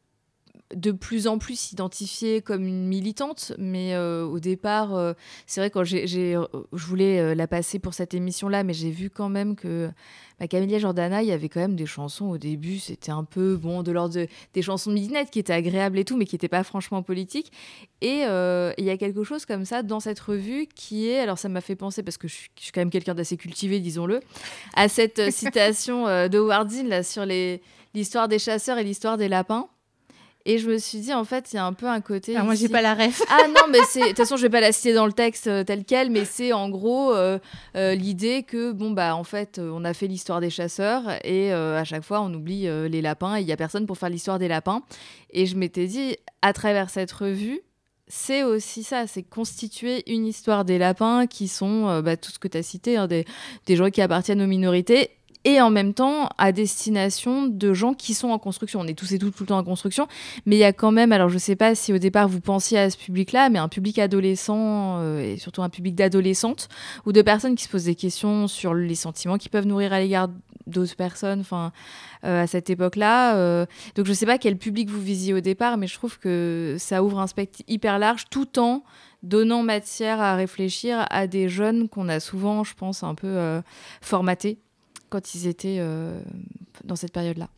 de plus en plus identifiée comme une militante, mais au départ, c'est vrai, quand je voulais la passer pour cette émission-là, mais j'ai vu quand même que Camélia Jordana, il y avait quand même des chansons au début, c'était un peu de l'ordre des chansons de midinette qui étaient agréables et tout, mais qui n'étaient pas franchement politiques. Et il y a quelque chose comme ça dans cette revue qui est, alors ça m'a fait penser, parce que je suis quand même quelqu'un d'assez cultivé, disons-le, à cette citation de Howard Zinn là, sur l'histoire des chasseurs et l'histoire des lapins. Et je me suis dit, en fait, il y a un peu un côté... moi, j'ai pas la ref. Ah non, mais de toute façon, je vais pas la citer dans le texte tel quel, mais c'est en gros l'idée que, en fait, on a fait l'histoire des chasseurs et à chaque fois, on oublie les lapins et il y a personne pour faire l'histoire des lapins. Et je m'étais dit, à travers cette revue, c'est aussi ça, c'est constituer une histoire des lapins qui sont tout ce que tu as cité, hein, des gens qui appartiennent aux minorités, et en même temps à destination de gens qui sont en construction. On est tous et toutes tout le temps en construction, mais il y a quand même, alors je sais pas si au départ vous pensiez à ce public-là, mais un public adolescent et surtout un public d'adolescentes ou de personnes qui se posent des questions sur les sentiments qu'ils peuvent nourrir à l'égard d'autres personnes, à cette époque-là. Donc je sais pas quel public vous visiez au départ, mais je trouve que ça ouvre un spectre hyper large tout en donnant matière à réfléchir à des jeunes qu'on a souvent, je pense, un peu formatés quand ils étaient dans cette période-là.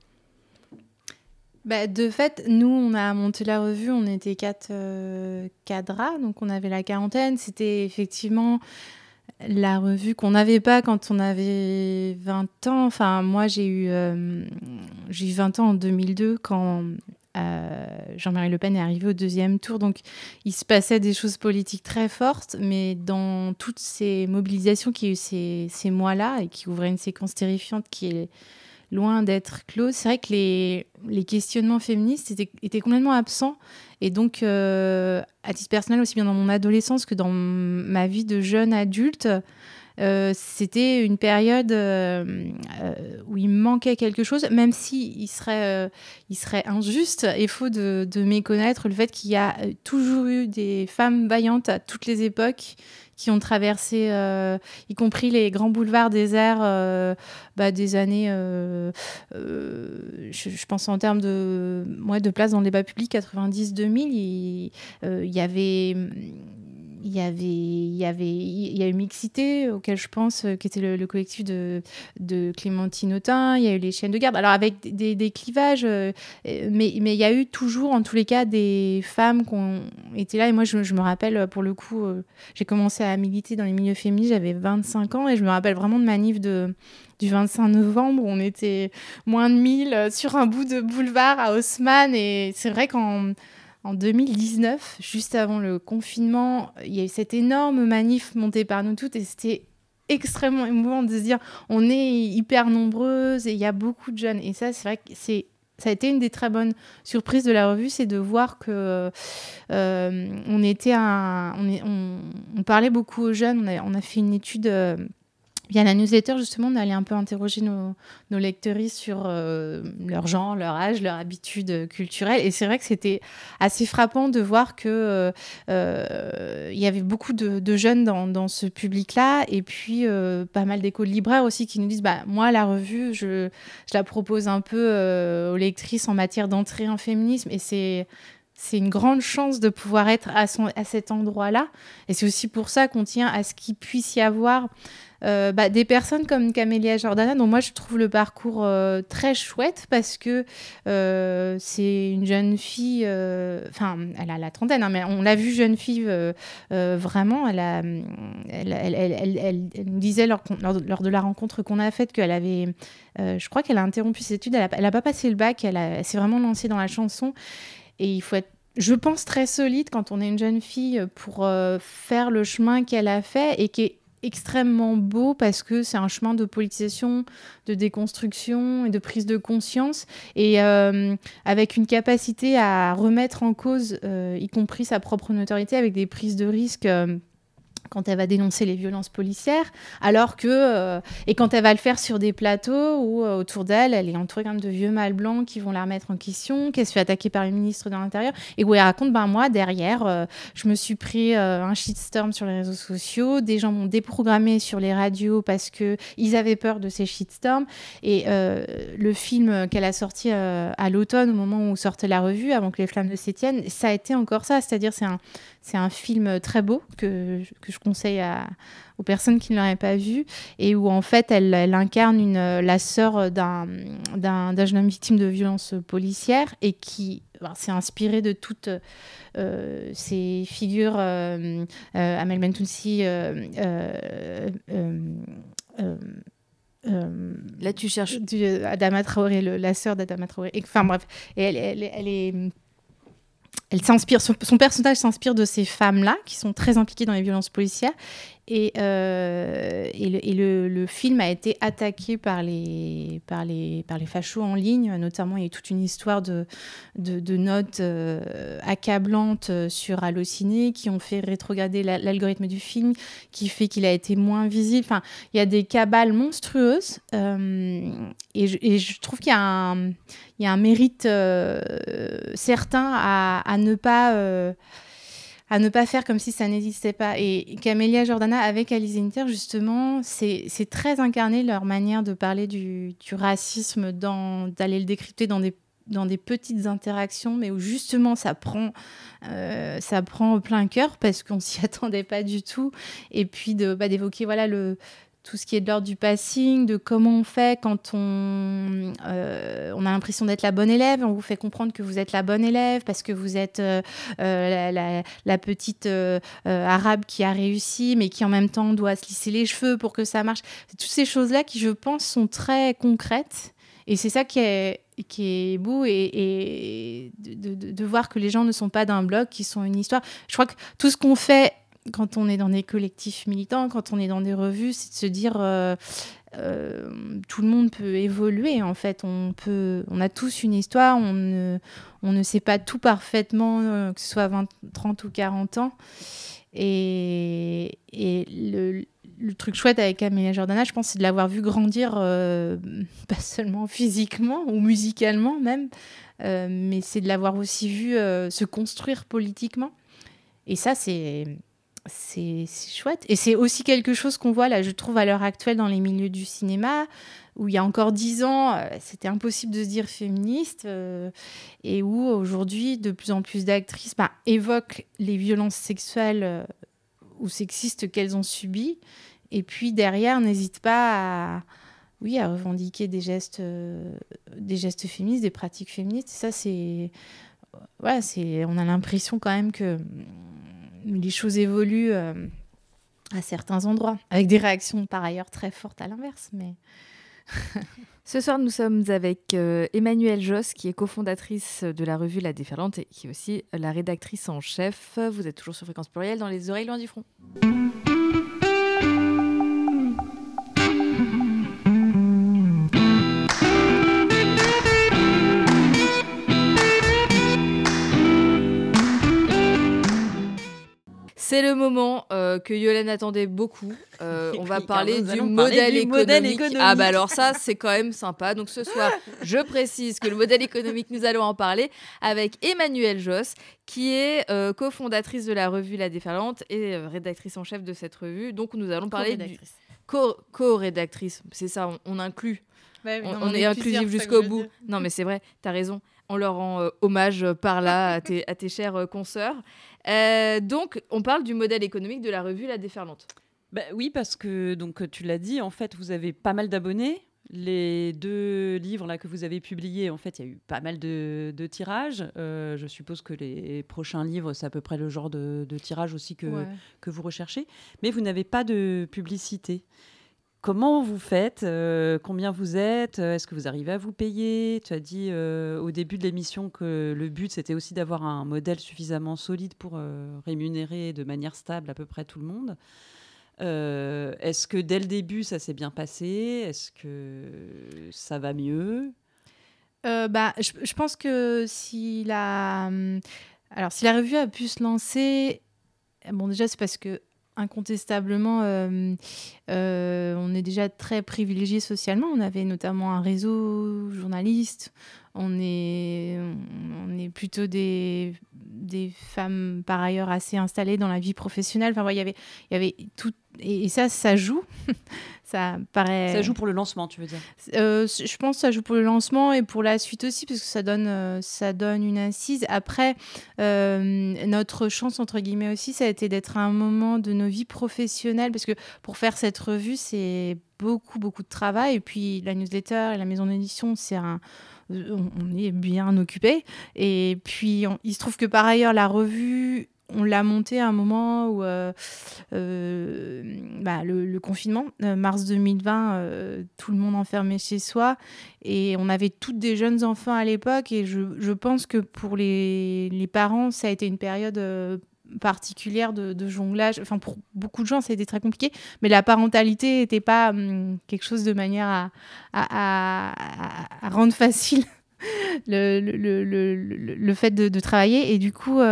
De fait, nous, on a monté la revue, on était 4 cadras, donc on avait la quarantaine. C'était effectivement la revue qu'on n'avait pas quand on avait 20 ans. Enfin, moi, j'ai eu 20 ans en 2002 quand Jean-Marie Le Pen est arrivé au deuxième tour. Donc, il se passait des choses politiques très fortes, mais dans toutes ces mobilisations qu'il y a eu ces mois-là et qui ouvraient une séquence terrifiante qui est loin d'être close, c'est vrai que les questionnements féministes étaient complètement absents. Et donc, à titre personnel, aussi bien dans mon adolescence que dans ma vie de jeune adulte, c'était une période où il me manquait quelque chose, même si il serait injuste et faux de méconnaître le fait qu'il y a toujours eu des femmes vaillantes à toutes les époques qui ont traversé, y compris les grands boulevards déserts des années, je pense en termes de place dans le débat public, 90-2000, il y avait... Il y a eu Mixité, auquel je pense, qui était le collectif de Clémentine Autain. Il y a eu les Chiennes de garde. Alors, avec des clivages, mais il y a eu toujours, en tous les cas, des femmes qui ont été là. Et moi, je me rappelle, pour le coup, j'ai commencé à militer dans les milieux féministes, j'avais 25 ans. Et je me rappelle vraiment de manif du 25 novembre, où on était moins de 1000 sur un bout de boulevard à Haussmann. Et c'est vrai qu'en 2019, juste avant le confinement, il y a eu cette énorme manif montée par nous toutes et c'était extrêmement émouvant de se dire on est hyper nombreuses et il y a beaucoup de jeunes. Et ça, c'est vrai que ça a été une des très bonnes surprises de la revue, c'est de voir que on parlait beaucoup aux jeunes. On a fait une étude... via la newsletter, justement, on allait un peu interroger nos lectrices sur leur genre, leur âge, leur habitude culturelle. Et c'est vrai que c'était assez frappant de voir qu'il y avait beaucoup de jeunes dans ce public-là. Et puis, pas mal d'échos de libraires aussi qui nous disent moi, la revue, je la propose un peu aux lectrices en matière d'entrée en féminisme. Et c'est une grande chance de pouvoir être à cet endroit-là. Et c'est aussi pour ça qu'on tient à ce qu'il puisse y avoir des personnes comme Camélia Jordana, dont moi je trouve le parcours très chouette parce que c'est une jeune fille, elle a la trentaine, hein, mais on l'a vue jeune fille vraiment. Elle nous disait lors de la rencontre qu'on a faite qu'elle avait, je crois qu'elle a interrompu ses études, elle n'a pas passé le bac, elle s'est vraiment lancée dans la chanson. Et il faut être, je pense, très solide quand on est une jeune fille pour faire le chemin qu'elle a fait et qui est extrêmement beau parce que c'est un chemin de politisation, de déconstruction et de prise de conscience et avec une capacité à remettre en cause, y compris sa propre notoriété, avec des prises de risque quand elle va dénoncer les violences policières, alors que et quand elle va le faire sur des plateaux où autour d'elle, elle est entourée quand même de vieux mâles blancs qui vont la remettre en question, qu'elle se fait attaquer par une ministre de l'Intérieur, et où elle raconte, moi, derrière, je me suis pris un shitstorm sur les réseaux sociaux, des gens m'ont déprogrammé sur les radios parce qu'ils avaient peur de ces shitstorms, et le film qu'elle a sorti à l'automne, au moment où sortait la revue, avant que les flammes ne s'éteignent, ça a été encore ça, c'est-à-dire c'est un film très beau que je conseille aux personnes qui ne l'auraient pas vu et où en fait elle incarne la sœur d'un jeune homme victime de violences policières et qui s'est inspirée de toutes ces figures Amel Bentounsi là tu cherches Adama Traoré, la sœur d'Adama Traoré, enfin bref, et elle s'inspire, son personnage s'inspire de ces femmes-là qui sont très impliquées dans les violences policières. Et le film a été attaqué par les fachos en ligne. Notamment, il y a eu toute une histoire de notes accablantes sur Allociné qui ont fait rétrograder l'algorithme du film, qui fait qu'il a été moins visible. Enfin, il y a des cabales monstrueuses. Et je trouve qu'il y a un mérite certain à ne pas faire comme si ça n'existait pas. Et Camélia Jordana, avec Alice Inter, justement, c'est très incarné leur manière de parler du racisme, d'aller le décrypter dans des petites interactions, mais où justement ça prend au plein cœur parce qu'on s'y attendait pas du tout. Et puis d'évoquer tout ce qui est de l'ordre du passing, de comment on fait quand on a l'impression d'être la bonne élève, on vous fait comprendre que vous êtes la bonne élève parce que vous êtes la petite arabe qui a réussi, mais qui en même temps doit se lisser les cheveux pour que ça marche. C'est toutes ces choses-là qui, je pense, sont très concrètes. Et c'est ça qui est beau et de voir que les gens ne sont pas d'un bloc, qui sont une histoire. Je crois que tout ce qu'on fait quand on est dans des collectifs militants, quand on est dans des revues, c'est de se dire tout le monde peut évoluer en fait. On a tous une histoire, on ne sait pas tout parfaitement, que ce soit 20, 30 ou 40 ans. Et le truc chouette avec Camélia Jordana, je pense, c'est de l'avoir vu grandir, pas seulement physiquement ou musicalement même, mais c'est de l'avoir aussi vu se construire politiquement. Et ça, c'est chouette. Et c'est aussi quelque chose qu'on voit, là, je trouve, à l'heure actuelle dans les milieux du cinéma, où il y a encore 10 ans, c'était impossible de se dire féministe, et où aujourd'hui, de plus en plus d'actrices évoquent les violences sexuelles ou sexistes qu'elles ont subies, et puis derrière, n'hésitent pas à revendiquer des gestes féministes, des pratiques féministes. Et ça, on a l'impression quand même que les choses évoluent à certains endroits, avec des réactions par ailleurs très fortes à l'inverse. Mais ce soir, nous sommes avec Emmanuelle Josse, qui est cofondatrice de la revue La Déferlante et qui est aussi la rédactrice en chef. Vous êtes toujours sur Fréquence Plurielle, dans les oreilles loin du front. C'est le moment que Yolène attendait beaucoup. On va parler du modèle économique. Ah bah alors ça, c'est quand même sympa. Donc ce soir, je précise que le modèle économique, nous allons en parler avec Emmanuelle Josse, qui est cofondatrice de la revue La Déferlante et rédactrice en chef de cette revue. Donc nous allons parler du co-rédactrice. C'est ça, on inclut. Ouais, on est inclusif jusqu'au bout. Non mais c'est vrai, t'as raison. On leur rend hommage par là à tes chères consoeurs. Donc, on parle du modèle économique de la revue La Déferlante. Oui, parce que donc, tu l'as dit, en fait, vous avez pas mal d'abonnés. Les 2 livres là, que vous avez publiés, en fait, il y a eu pas mal de tirages. Je suppose que les prochains livres, c'est à peu près le genre de tirage aussi que vous recherchez. Mais vous n'avez pas de publicité. Comment vous faites ? Combien vous êtes ? Est-ce que vous arrivez à vous payer ? Tu as dit au début de l'émission que le but, c'était aussi d'avoir un modèle suffisamment solide pour rémunérer de manière stable à peu près tout le monde. Est-ce que dès le début, ça s'est bien passé ? Est-ce que ça va mieux ? Je pense que si la revue a pu se lancer, bon, déjà, c'est parce que incontestablement, on est déjà très privilégié socialement. On avait notamment un réseau journaliste. On est plutôt des femmes par ailleurs assez installées dans la vie professionnelle. Enfin, il y avait tout, et ça joue. Ça joue pour le lancement, tu veux dire ? Je pense que ça joue pour le lancement et pour la suite aussi, parce que ça donne une assise. Après, notre chance, entre guillemets aussi, ça a été d'être à un moment de nos vies professionnelles, parce que pour faire cette revue, c'est beaucoup, beaucoup de travail. Et puis, la newsletter et la maison d'édition, on est bien occupés. Et puis, il se trouve que par ailleurs, la revue, on l'a montée à un moment où le confinement, mars 2020, tout le monde enfermé chez soi. Et on avait toutes des jeunes enfants à l'époque. Et je pense que pour les parents, ça a été une période particulière de jonglage. Enfin, pour beaucoup de gens, ça a été très compliqué. Mais la parentalité n'était pas quelque chose de manière à rendre facile le fait de travailler. Et du coup,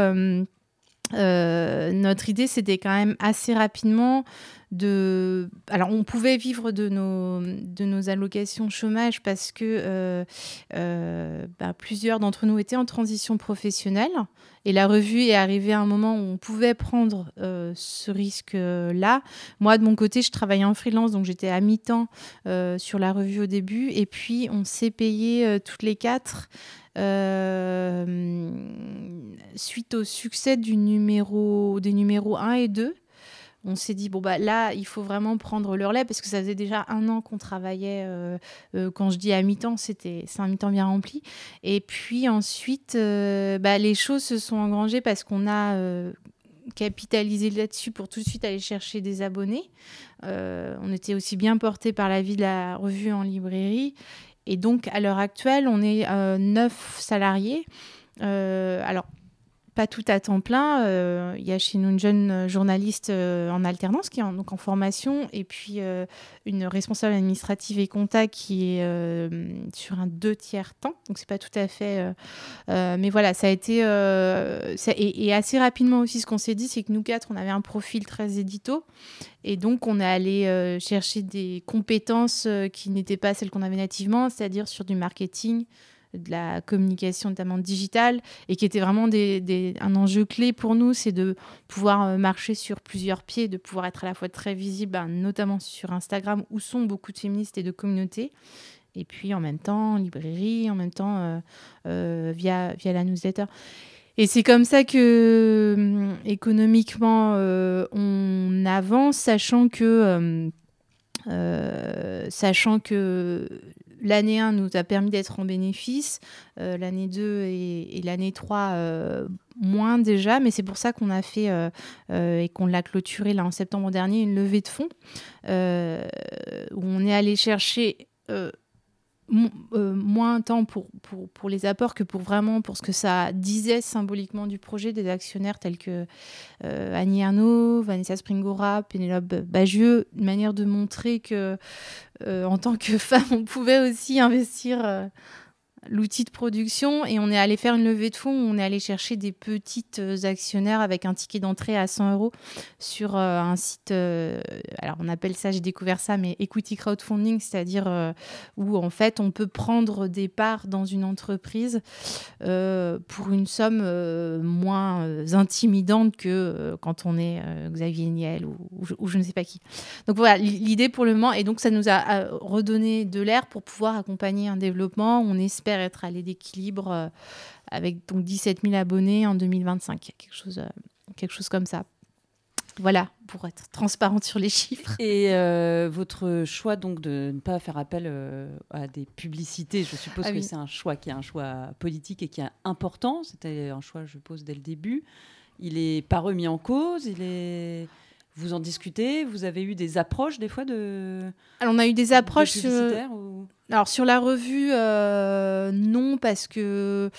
notre idée, c'était quand même assez rapidement alors, on pouvait vivre de nos allocations chômage parce que plusieurs d'entre nous étaient en transition professionnelle. Et la revue est arrivée à un moment où on pouvait prendre ce risque-là. Moi, de mon côté, je travaillais en freelance, donc j'étais à mi-temps sur la revue au début. Et puis, on s'est payé toutes les 4 suite au succès des numéros 1 et 2. On s'est dit, là, il faut vraiment prendre le relais, parce que ça faisait déjà 1 an qu'on travaillait. Quand je dis à mi-temps, c'est un mi-temps bien rempli. Et puis ensuite, les choses se sont engrangées parce qu'on a capitalisé là-dessus pour tout de suite aller chercher des abonnés. On était aussi bien portés par la vie de la revue en librairie. Et donc, à l'heure actuelle, on est 9 salariés. Alors, pas tout à temps plein. Il y a chez nous une jeune journaliste en alternance qui est en formation, et puis une responsable administrative et comptable qui est sur un 2/3 temps. Donc, c'est pas tout à fait... mais voilà, ça a été... et assez rapidement aussi, ce qu'on s'est dit, c'est que nous 4, on avait un profil très édito. Et donc, on est allé chercher des compétences qui n'étaient pas celles qu'on avait nativement, c'est-à-dire sur du marketing, de la communication notamment digitale, et qui était vraiment un enjeu clé pour nous, c'est de pouvoir marcher sur plusieurs pieds, de pouvoir être à la fois très visible, notamment sur Instagram, où sont beaucoup de féministes et de communautés, et puis en même temps, en librairie, en même temps via la newsletter. Et c'est comme ça que économiquement, on avance, sachant que l'année 1 nous a permis d'être en bénéfice, l'année 2 et l'année 3 moins déjà, mais c'est pour ça qu'on a fait et qu'on l'a clôturé là en septembre dernier, une levée de fonds où on est allé chercher moins temps pour les apports que pour ce que ça disait symboliquement du projet, des actionnaires tels que Annie Ernaux, Vanessa Springora, Pénélope Bagieux, une manière de montrer que en tant que femme, on pouvait aussi investir l'outil de production. Et on est allé faire une levée de fonds où on est allé chercher des petites actionnaires avec un ticket d'entrée à 100 € sur un site, alors on appelle ça, j'ai découvert ça, mais equity crowdfunding, c'est-à-dire où en fait on peut prendre des parts dans une entreprise pour une somme moins intimidante que quand on est Xavier Niel ou je ne sais pas qui. Donc voilà, l'idée pour le moment, et donc ça nous a redonné de l'air pour pouvoir accompagner un développement. On espère espère être à l'équilibre avec donc 17 000 abonnés en 2025, quelque chose comme ça. Voilà, pour être transparente sur les chiffres. Et votre choix donc de ne pas faire appel à des publicités, je suppose que c'est un choix qui est un choix politique et qui est important. C'était un choix, je suppose, dès le début. Il n'est pas remis en cause. Vous en discutez. Vous avez eu des approches des fois de. Alors on a eu des approches publicitaires Alors sur la revue, non, parce que.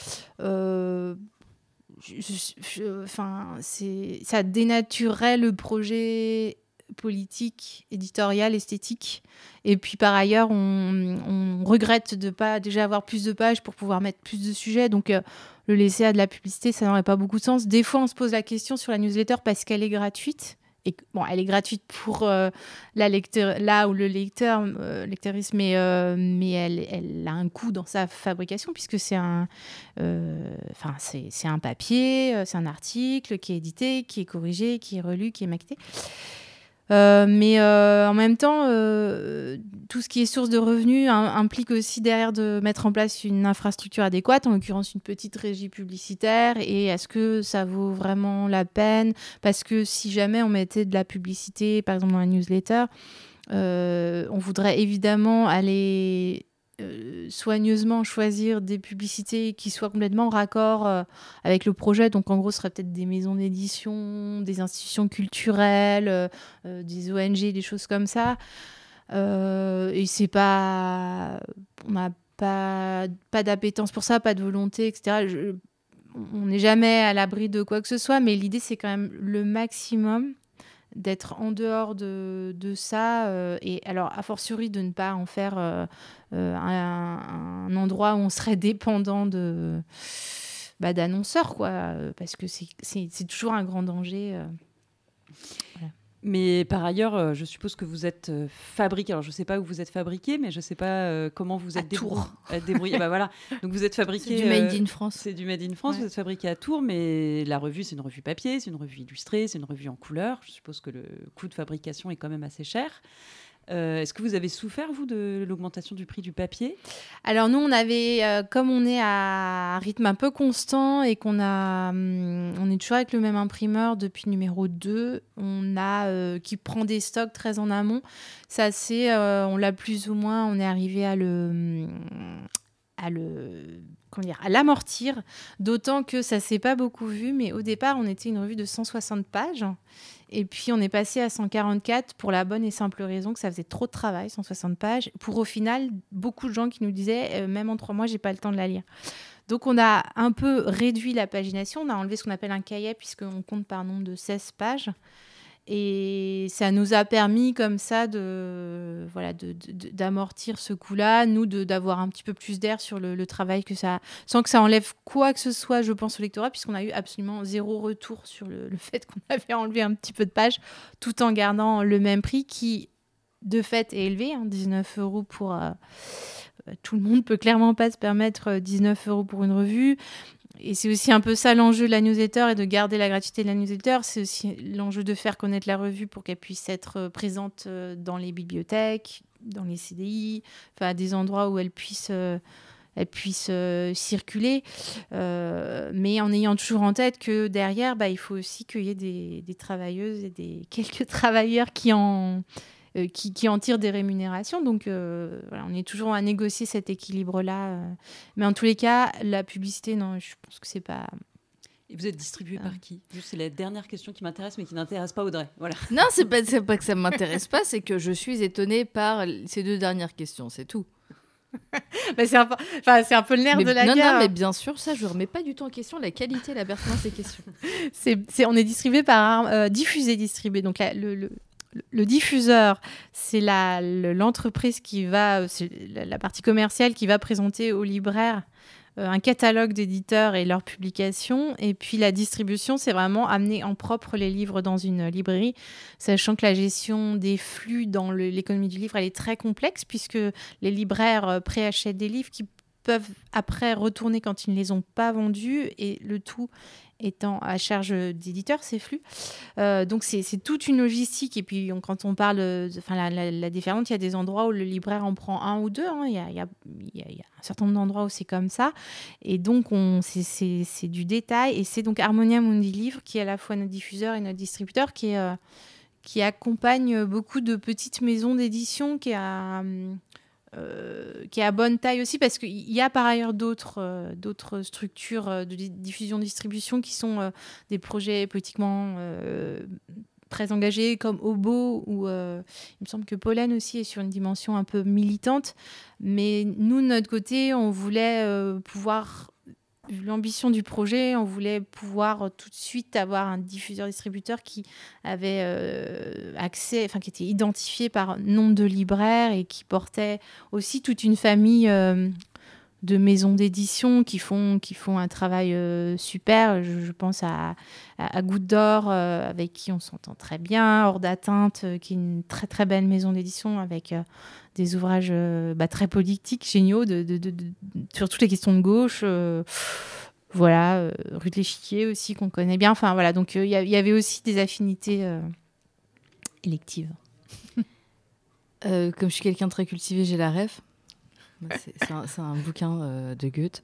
Ça dénaturerait le projet politique, éditorial, esthétique. Et puis par ailleurs, on regrette de ne pas déjà avoir plus de pages pour pouvoir mettre plus de sujets. Donc le laisser à de la publicité, ça n'aurait pas beaucoup de sens. Des fois, on se pose la question sur la newsletter parce qu'elle est gratuite. Et bon, elle est gratuite pour la lectrice, mais elle a un coût dans sa fabrication puisque c'est un papier, c'est un article qui est édité, qui est corrigé, qui est relu, qui est maquetté. Mais en même temps, tout ce qui est source de revenus implique aussi derrière de mettre en place une infrastructure adéquate, en l'occurrence une petite régie publicitaire. Et est-ce que ça vaut vraiment la peine ? Parce que si jamais on mettait de la publicité, par exemple dans la newsletter, on voudrait évidemment aller soigneusement choisir des publicités qui soient complètement raccord avec le projet. Donc en gros, ce serait peut-être des maisons d'édition, des institutions culturelles, des ONG, des choses comme ça. Et c'est pas... On n'a pas d'appétence pour ça, pas de volonté, etc. On n'est jamais à l'abri de quoi que ce soit, mais l'idée, c'est quand même le maximum d'être en dehors de ça, et alors a fortiori de ne pas en faire un endroit où on serait dépendant d'annonceurs, quoi, parce que c'est toujours un grand danger. Voilà. Mais par ailleurs, je suppose que vous êtes fabriqué. Alors, je ne sais pas où vous êtes fabriqué, mais je ne sais pas comment vous êtes débrouillé. Bah, voilà. Donc, vous êtes fabriqué... C'est du Made in France. C'est du Made in France. Ouais. Vous êtes fabriqué à Tours, mais la revue, c'est une revue papier, c'est une revue illustrée, c'est une revue en couleur. Je suppose que le coût de fabrication est quand même assez cher. Est-ce que vous avez souffert, vous, de l'augmentation du prix du papier ? Alors nous, on avait, comme on est à un rythme un peu constant et on est toujours avec le même imprimeur depuis numéro 2, qui prend des stocks très en amont. Ça, on l'a plus ou moins, on est arrivé à l'amortir, d'autant que ça s'est pas beaucoup vu, mais au départ, on était une revue de 160 pages. Et puis, on est passé à 144 pour la bonne et simple raison que ça faisait trop de travail, 160 pages. Pour au final, beaucoup de gens qui nous disaient, même en 3 mois, j'ai pas le temps de la lire. Donc, on a un peu réduit la pagination. On a enlevé ce qu'on appelle un cahier, puisqu'on compte par nombre de 16 pages. Et ça nous a permis comme ça d'amortir ce coup-là, nous, d'avoir un petit peu plus d'air sur le travail que ça... Sans que ça enlève quoi que ce soit, je pense, au lectorat, puisqu'on a eu absolument 0 retour sur le fait qu'on avait enlevé un petit peu de pages, tout en gardant le même prix qui, de fait, est élevé, 19 € pour... tout le monde peut clairement pas se permettre 19 € pour une revue. Et c'est aussi un peu ça l'enjeu de la newsletter et de garder la gratuité de la newsletter. C'est aussi l'enjeu de faire connaître la revue pour qu'elle puisse être présente dans les bibliothèques, dans les CDI, à des endroits où elle puisse circuler. Mais en ayant toujours en tête que derrière, il faut aussi qu'il y ait des travailleuses et quelques travailleurs qui en tirent des rémunérations. Donc, on est toujours à négocier cet équilibre-là. Mais en tous les cas, la publicité, non, je pense que c'est pas... Et vous êtes distribué par qui ? C'est la dernière question qui m'intéresse, mais qui n'intéresse pas Audrey. Voilà. Non, c'est pas que ça ne m'intéresse pas, c'est que je suis étonnée par ces 2 dernières questions, c'est tout. C'est un peu le nerf de la guerre. Non, mais bien sûr, ça, je ne remets pas du tout en question la qualité et la pertinence des questions. On est distribué par distribué. Donc, le diffuseur, c'est l'entreprise qui va, c'est la partie commerciale qui va présenter aux libraires un catalogue d'éditeurs et leurs publications. Et puis la distribution, c'est vraiment amener en propre les livres dans une librairie, sachant que la gestion des flux dans l'économie du livre, elle est très complexe puisque les libraires préachètent des livres qui peuvent après retourner quand ils ne les ont pas vendus et le tout étant à charge d'éditeurs, ces flux. Donc, c'est toute une logistique. Et puis, quand on parle la déferlante, il y a des endroits où le libraire en prend un ou deux. Hein. Il y a un certain nombre d'endroits où c'est comme ça. Et donc, c'est du détail. Et c'est donc Harmonia Mundi Livre qui est à la fois notre diffuseur et notre distributeur qui accompagne beaucoup de petites maisons d'édition qui est à bonne taille aussi, parce qu'il y a par ailleurs d'autres structures de diffusion-distribution qui sont des projets politiquement très engagés, comme Obo, ou il me semble que Pollen aussi est sur une dimension un peu militante. Mais nous, de notre côté, on voulait pouvoir... Vu l'ambition du projet, on voulait pouvoir tout de suite avoir un diffuseur-distributeur qui avait accès, qui était identifié par nombre de libraires et qui portait aussi toute une famille de maisons d'édition qui font un travail super. Je pense à Goutte d'Or, avec qui on s'entend très bien, Hors d'atteinte, qui est une très très belle maison d'édition avec des ouvrages très politiques, géniaux, sur toutes les questions de gauche. Rue de l'Échiquier aussi, qu'on connaît bien. Enfin, voilà, donc il y avait aussi des affinités électives. Comme je suis quelqu'un de très cultivé, j'ai la ref. C'est un bouquin de Goethe.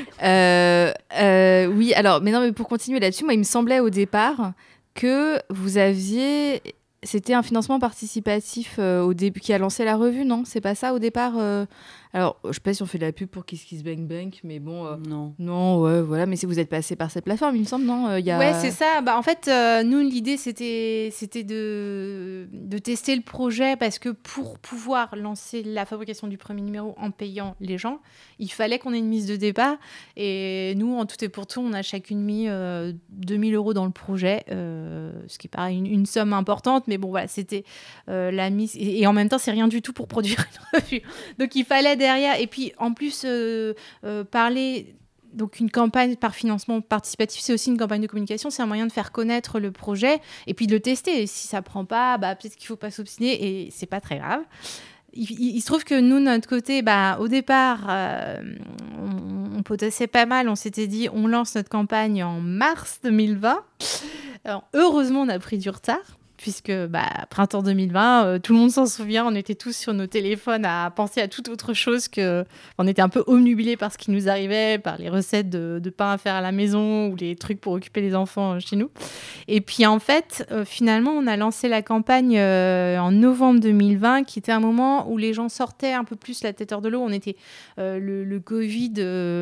Oui, alors, mais pour continuer là-dessus, moi, il me semblait au départ que vous aviez... C'était un financement participatif au début qui a lancé la revue, non ? C'est pas ça au départ Alors, je sais pas si on fait de la pub pour Kiss Kiss Bang Bang, mais bon... Non, ouais, voilà. Mais si vous êtes passé par cette plateforme, il me semble, non Ouais, c'est ça. En fait, nous, l'idée, c'était de tester le projet, parce que pour pouvoir lancer la fabrication du premier numéro en payant les gens, il fallait qu'on ait une mise de départ. Et nous, en tout et pour tout, on a chacune mis 2000 € dans le projet, ce qui paraît une somme importante. Mais bon, voilà, c'était la mise. Et en même temps, c'est rien du tout pour produire une revue. Donc, il fallait derrière. Et puis, en plus, parler... Donc, une campagne par financement participatif, c'est aussi une campagne de communication. C'est un moyen de faire connaître le projet et puis de le tester. Et si ça ne prend pas, peut-être qu'il ne faut pas s'obstiner et ce n'est pas très grave. Il se trouve que nous, de notre côté, au départ, on potassait pas mal. On s'était dit, on lance notre campagne en mars 2020. Alors, heureusement, on a pris du retard, puisque printemps 2020, tout le monde s'en souvient, on était tous sur nos téléphones à penser à toute autre chose on était un peu omnubilés par ce qui nous arrivait, par les recettes de pain à faire à la maison ou les trucs pour occuper les enfants chez nous. Et puis en fait, finalement, on a lancé la campagne en novembre 2020, qui était un moment où les gens sortaient un peu plus la tête hors de l'eau. On était le Covid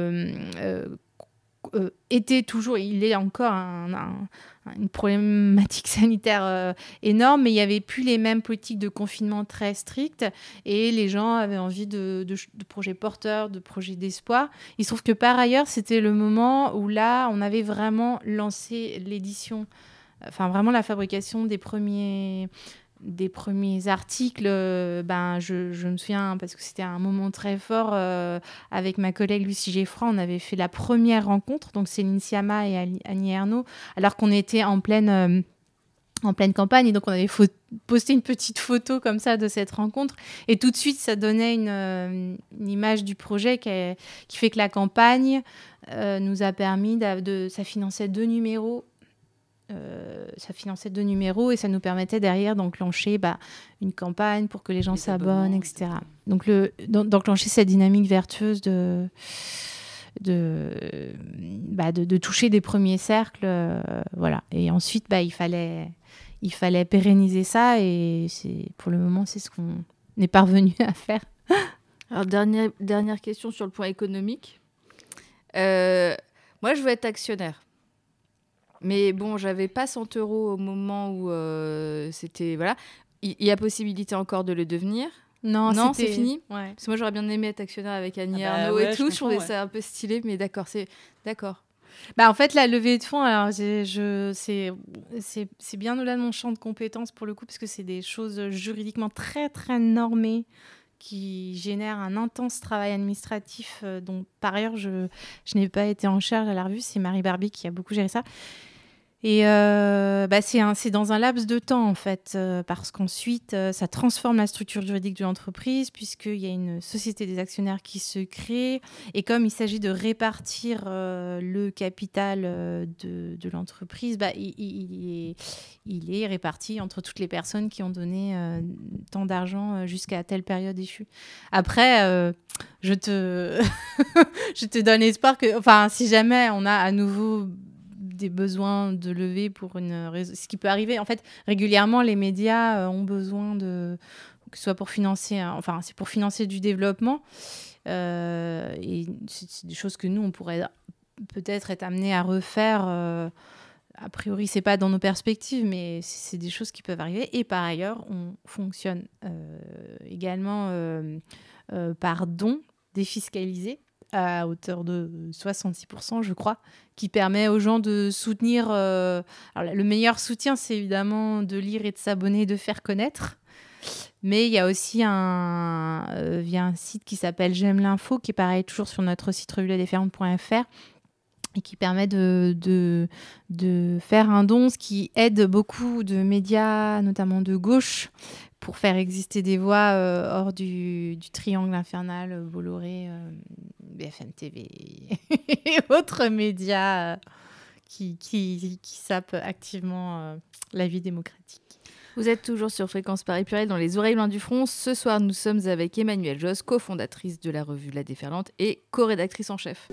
était toujours, il est encore une problématique sanitaire énorme, mais il n'y avait plus les mêmes politiques de confinement très strictes et les gens avaient envie de projets porteurs, de projets d'espoir. Il se trouve que par ailleurs, c'était le moment où là, on avait vraiment lancé l'édition, vraiment la fabrication des premiers articles. Je me souviens, parce que c'était un moment très fort, avec ma collègue Lucie Geffroy, on avait fait la première rencontre, donc Céline Sciamma et Annie Ernaux, alors qu'on était en pleine campagne, et donc on avait posté une petite photo comme ça de cette rencontre, et tout de suite ça donnait une image du projet qui fait que la campagne nous a permis ça finançait 2 numéros. Et ça nous permettait derrière d'enclencher une campagne pour que les gens s'abonnent, etc. Donc d'enclencher cette dynamique vertueuse de toucher des premiers cercles, voilà. Et ensuite, il fallait pérenniser ça, et pour le moment, c'est ce qu'on est parvenu à faire. Alors, dernière question sur le point économique. Moi, je veux être actionnaire. Mais bon, j'avais pas 100 € au moment où c'était... Voilà. Il y a possibilité encore de le devenir. Non, c'est fini. Ouais. Parce que moi, j'aurais bien aimé être actionnaire avec Annie Ernaux et tout. Je trouvais ça un peu stylé, mais d'accord. En fait, la levée de fonds, alors c'est bien au-delà de mon champ de compétences pour le coup, parce que c'est des choses juridiquement très, très normées qui génèrent un intense travail administratif dont, par ailleurs, je n'ai pas été en charge à la revue. C'est Marie Barbie qui a beaucoup géré ça. Et c'est dans un laps de temps, en fait, parce qu'ensuite, ça transforme la structure juridique de l'entreprise, puisqu'il y a une société des actionnaires qui se crée. Et comme il s'agit de répartir le capital de l'entreprise, il est réparti entre toutes les personnes qui ont donné tant d'argent jusqu'à telle période échue. Après, je te donne espoir que, si jamais on a à nouveau des besoins de lever pour ce qui peut arriver. En fait, régulièrement, les médias ont besoin que ce soit pour financer, c'est pour financer du développement. Et c'est des choses que nous, on pourrait peut-être être amenés à refaire. A priori, c'est pas dans nos perspectives, mais c'est des choses qui peuvent arriver. Et par ailleurs, on fonctionne également par dons défiscalisés à hauteur de 66%, je crois, qui permet aux gens de soutenir... Alors, le meilleur soutien, c'est évidemment de lire et de s'abonner et de faire connaître. Mais il y a aussi via un site qui s'appelle J'aime l'info, qui est pareil, toujours sur notre site revueladéferlante.fr, et qui permet de faire un don, ce qui aide beaucoup de médias, notamment de gauche, pour faire exister des voix hors du triangle infernal, Bolloré, BFM TV et autres médias qui sapent activement la vie démocratique. Vous êtes toujours sur Fréquence Paris Pluriel dans les oreilles loin du front. Ce soir, nous sommes avec Emmanuelle Josse, cofondatrice de la revue La Déferlante et co-rédactrice en chef.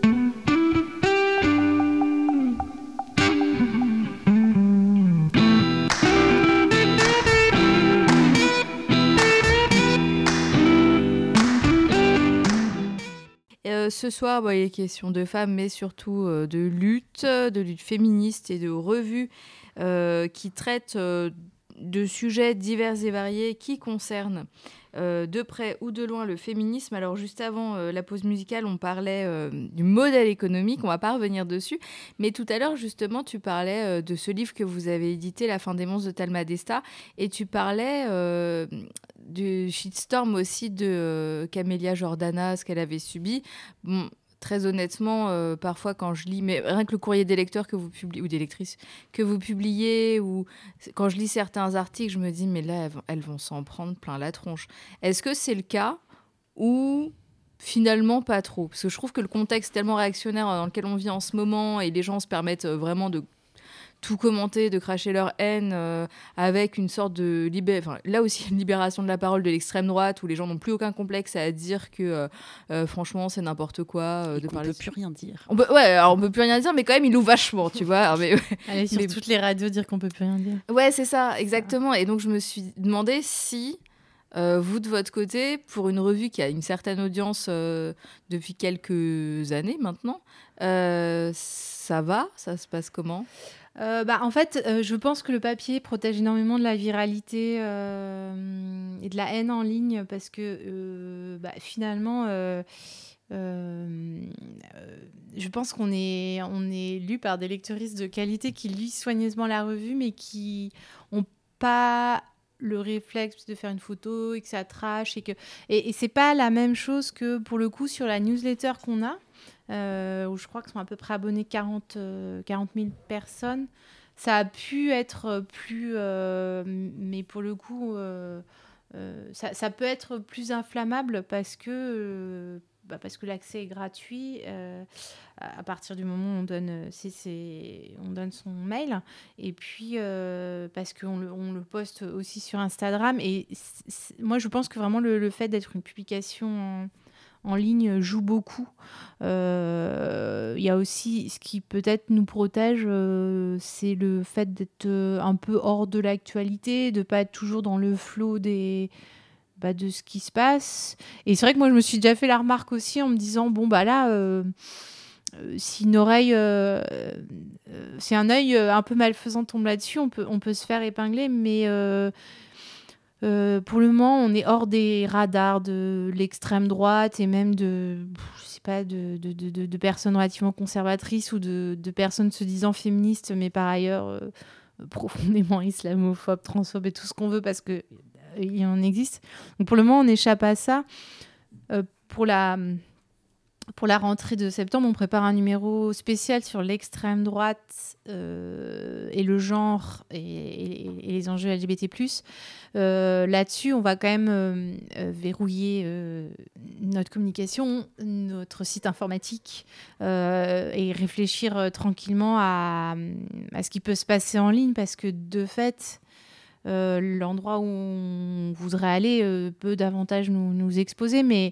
Ce soir, il est question de femmes, mais surtout de lutte féministe et de revues qui traitent de sujets divers et variés qui concernent de près ou de loin le féminisme. Alors juste avant la pause musicale, on parlait du modèle économique, on va pas revenir dessus, mais tout à l'heure justement tu parlais de ce livre que vous avez édité, La fin des monstres de Talma Desta, et tu parlais du shitstorm aussi de Camélia Jordana, ce qu'elle avait subi. Bon, très honnêtement, parfois quand je lis, mais rien que le courrier des lecteurs que vous publiez, ou des lectrices que vous publiez, ou quand je lis certains articles, je me dis, mais là, elles vont s'en prendre plein la tronche. Est-ce que c'est le cas ou finalement pas trop? Parce que je trouve que le contexte tellement réactionnaire dans lequel on vit en ce moment, et les gens se permettent vraiment de tout commenter, de cracher leur haine avec une sorte de là aussi une libération de la parole de l'extrême droite où les gens n'ont plus aucun complexe à dire que franchement c'est n'importe quoi de parler. On peut plus rien dire. On peut plus rien dire, mais quand même ils louent vachement, tu vois. Alors, Allez sur toutes les radios dire qu'on peut plus rien dire. Ouais, c'est ça, exactement. Et donc je me suis demandé si vous de votre côté, pour une revue qui a une certaine audience depuis quelques années maintenant, ça se passe comment? En fait, je pense que le papier protège énormément de la viralité et de la haine en ligne parce que finalement, je pense qu'on est lu par des lectrices de qualité qui lisent soigneusement la revue mais qui n'ont pas le réflexe de faire une photo et que ça trash. Et c'est pas la même chose que pour le coup sur la newsletter qu'on a. Où je crois qu'ils sont à peu près abonnés 40 000 personnes. Ça a pu être plus... mais pour le coup, ça peut être plus inflammable parce que l'accès est gratuit à partir du moment où on donne son mail. Et puis, parce qu'on le poste aussi sur Instagram. Et moi, je pense que vraiment le fait d'être une publication en ligne joue beaucoup. Il y a aussi ce qui peut-être nous protège, c'est le fait d'être un peu hors de l'actualité, de ne pas être toujours dans le flot de ce qui se passe. Et c'est vrai que moi, je me suis déjà fait la remarque aussi en me disant, si une oreille, si un œil un peu malfaisant tombe là-dessus, on peut se faire épingler, mais... pour le moment, on est hors des radars de l'extrême droite et même de personnes relativement conservatrices ou de personnes se disant féministes, mais par ailleurs profondément islamophobes, transphobes et tout ce qu'on veut parce qu'il y en existe. Donc pour le moment, on échappe à ça. Pour la pour la rentrée de septembre, on prépare un numéro spécial sur l'extrême droite et le genre et les enjeux LGBT+. Là-dessus, on va quand même verrouiller notre communication, notre site informatique et réfléchir tranquillement à ce qui peut se passer en ligne, parce que de fait, l'endroit où on voudrait aller peut davantage nous exposer, mais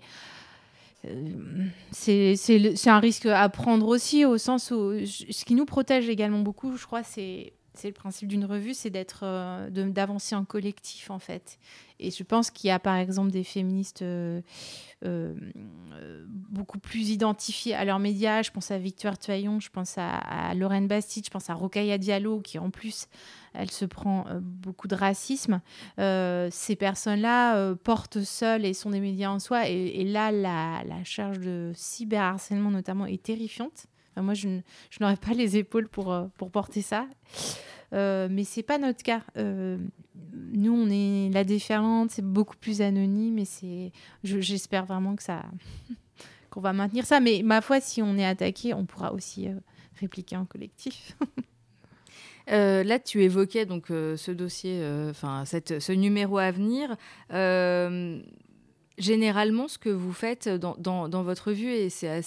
c'est un risque à prendre aussi, au sens où ce qui nous protège également beaucoup, je crois, c'est le principe d'une revue, c'est d'avancer en collectif, en fait. Et je pense qu'il y a par exemple des féministes beaucoup plus identifiées à leurs médias. Je pense à Victoire Tuaillon, je pense à Lorraine Bastide, je pense à Rokhaya Diallo, qui en plus, elle se prend beaucoup de racisme. Ces personnes-là portent seules et sont des médias en soi. Et là, la charge de cyberharcèlement notamment est terrifiante. Enfin, moi, je n'aurais pas les épaules pour porter ça. Mais c'est pas notre cas. Nous, on est la déferlante, c'est beaucoup plus anonyme, et j'espère vraiment que qu'on va maintenir ça. Mais ma foi, si on est attaqué, on pourra aussi répliquer en collectif. Là, tu évoquais donc ce dossier, ce numéro à venir. Généralement, ce que vous faites dans votre revue, et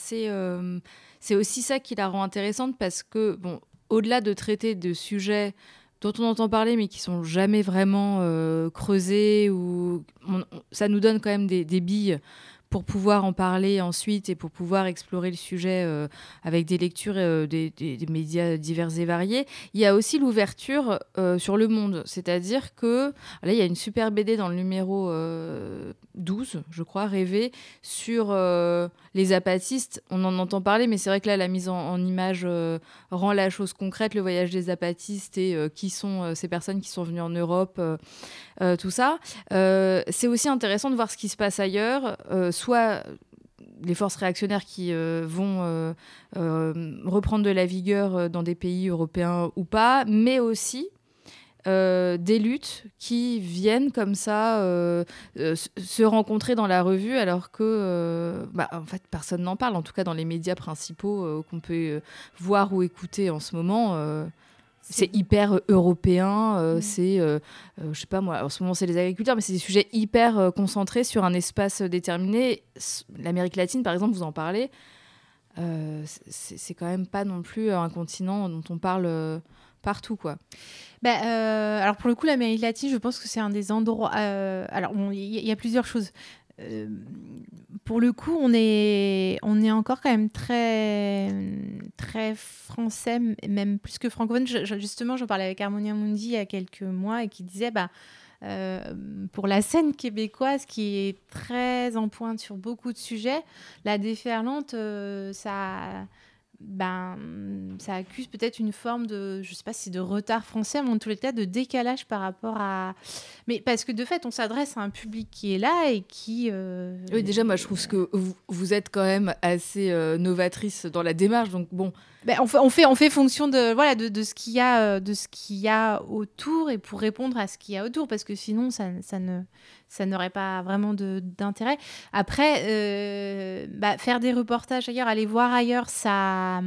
c'est aussi ça qui la rend intéressante, parce que, bon, au-delà de traiter de sujets dont on entend parler mais qui sont jamais vraiment creusés, ça nous donne quand même des billes pour pouvoir en parler ensuite et pour pouvoir explorer le sujet avec des lectures des médias divers et variés. Il y a aussi l'ouverture sur le monde. C'est-à-dire que, là, il y a une super BD dans le numéro 12, je crois, Rêver, sur les apatistes. On en entend parler, mais c'est vrai que là, la mise en image rend la chose concrète, le voyage des apatistes et qui sont ces personnes qui sont venues en Europe, tout ça. C'est aussi intéressant de voir ce qui se passe ailleurs, soit les forces réactionnaires qui vont reprendre de la vigueur dans des pays européens ou pas, mais aussi des luttes qui viennent comme ça se rencontrer dans la revue, alors que en fait personne n'en parle, en tout cas dans les médias principaux qu'on peut voir ou écouter en ce moment. C'est hyper européen, c'est, je sais pas moi, en ce moment c'est les agriculteurs, mais c'est des sujets hyper concentrés sur un espace déterminé. L'Amérique latine, par exemple, vous en parlez, c'est quand même pas non plus un continent dont on parle partout, quoi. Alors pour le coup, l'Amérique latine, je pense que c'est un des endroits... alors il y a plusieurs choses. Pour le coup, on est encore quand même très, très français, même plus que francophone. Justement, j'en parlais avec Harmonia Mundi il y a quelques mois, et qui disait, pour la scène québécoise, qui est très en pointe sur beaucoup de sujets, la déferlante, ça accuse peut-être une forme de, je sais pas si de retard français, mais en tous les cas de décalage par rapport à... Mais parce que de fait, on s'adresse à un public qui est là et qui... Oui, déjà, moi, je trouve que vous êtes quand même assez novatrice dans la démarche, donc bon... on fait fonction de ce qu'il y a autour, et pour répondre à ce qu'il y a autour, parce que sinon ça n'aurait pas vraiment d'intérêt. Après, faire des reportages ailleurs, aller voir ailleurs, ça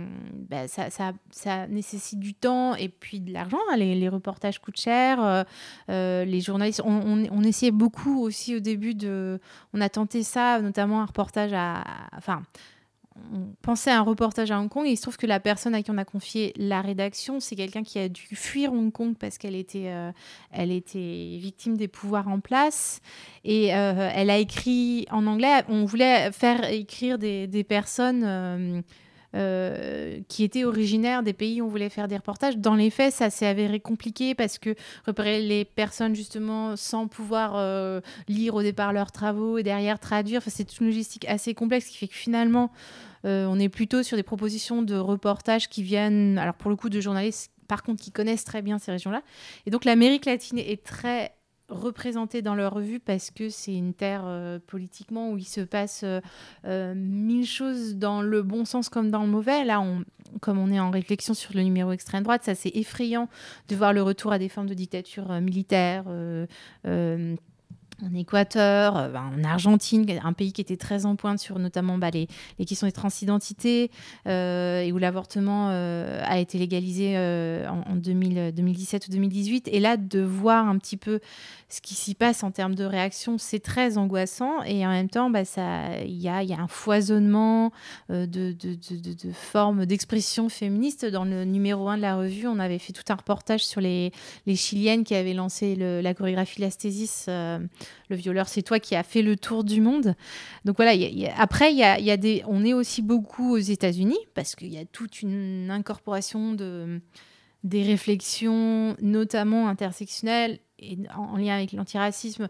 nécessite du temps et puis de l'argent. Les reportages coûtent cher. Les journalistes, on essayait beaucoup aussi au début on a tenté ça, notamment un reportage on pensait à un reportage à Hong Kong, et il se trouve que la personne à qui on a confié la rédaction, c'est quelqu'un qui a dû fuir Hong Kong parce qu'elle était victime des pouvoirs en place, et elle a écrit en anglais. On voulait faire écrire des personnes qui étaient originaires des pays où on voulait faire des reportages. Dans les faits, ça s'est avéré compliqué parce que repérer les personnes justement sans pouvoir lire au départ leurs travaux et derrière traduire, c'est une logistique assez complexe qui fait que finalement on est plutôt sur des propositions de reportages qui viennent, alors pour le coup, de journalistes par contre qui connaissent très bien ces régions-là. Et donc l'Amérique latine est très représentée dans leur revue parce que c'est une terre politiquement où il se passe mille choses dans le bon sens comme dans le mauvais. Là, comme on est en réflexion sur le numéro extrême droite, ça c'est effrayant de voir le retour à des formes de dictature militaire, en Équateur, en Argentine, un pays qui était très en pointe sur notamment les questions des transidentités, et où l'avortement a été légalisé en 2017 ou 2018. Et là, de voir un petit peu ce qui s'y passe en termes de réaction, c'est très angoissant. Et en même temps, il y a un foisonnement de formes d'expression féministe. Dans le numéro 1 de la revue, on avait fait tout un reportage sur les Chiliennes qui avaient lancé la chorégraphie L'Asthésis, Le violeur, c'est toi, qui a fait le tour du monde. Donc voilà, après, on est aussi beaucoup aux États-Unis, parce qu'il y a toute une incorporation des réflexions, notamment intersectionnelles, et en lien avec l'antiracisme,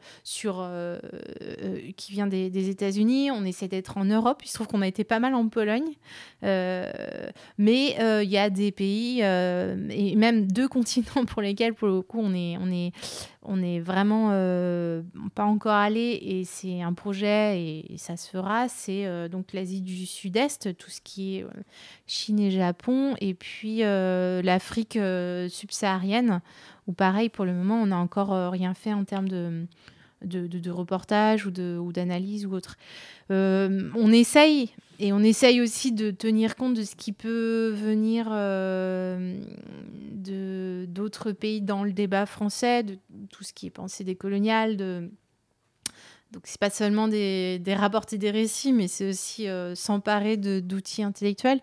qui vient des États-Unis. On essaie d'être en Europe. Il se trouve qu'on a été pas mal en Pologne. Mais il y a des pays, et même 2 continents pour lesquels, pour le coup, on est vraiment pas encore allé, et c'est un projet, et ça se fera. C'est donc l'Asie du Sud-Est, tout ce qui est Chine et Japon, et puis l'Afrique subsaharienne, où pareil, pour le moment, on n'a encore rien fait en termes de reportage ou d'analyse ou autre. On essaye, et on essaye aussi de tenir compte de ce qui peut venir d'autres pays dans le débat français, de tout ce qui est pensée décoloniale. Donc, c'est pas seulement des rapports et des récits, mais c'est aussi s'emparer d'outils intellectuels.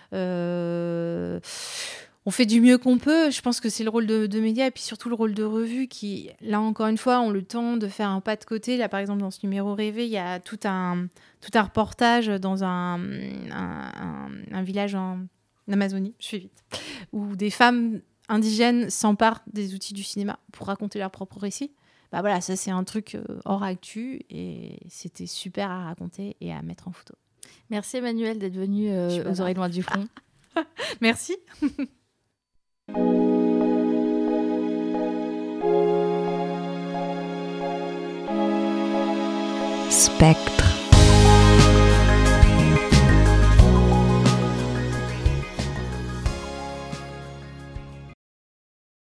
On fait du mieux qu'on peut. Je pense que c'est le rôle de médias, et puis surtout le rôle de revues qui, là encore une fois, ont le temps de faire un pas de côté. Là, par exemple, dans ce numéro rêvé, il y a tout un reportage dans un village en Amazonie, je fais vite, où des femmes indigènes s'emparent des outils du cinéma pour raconter leur propre récit. Voilà, ça c'est un truc hors actu, et c'était super à raconter et à mettre en photo. Merci Emmanuelle d'être venue aux Oreilles Loin du Front. Merci. Spectre.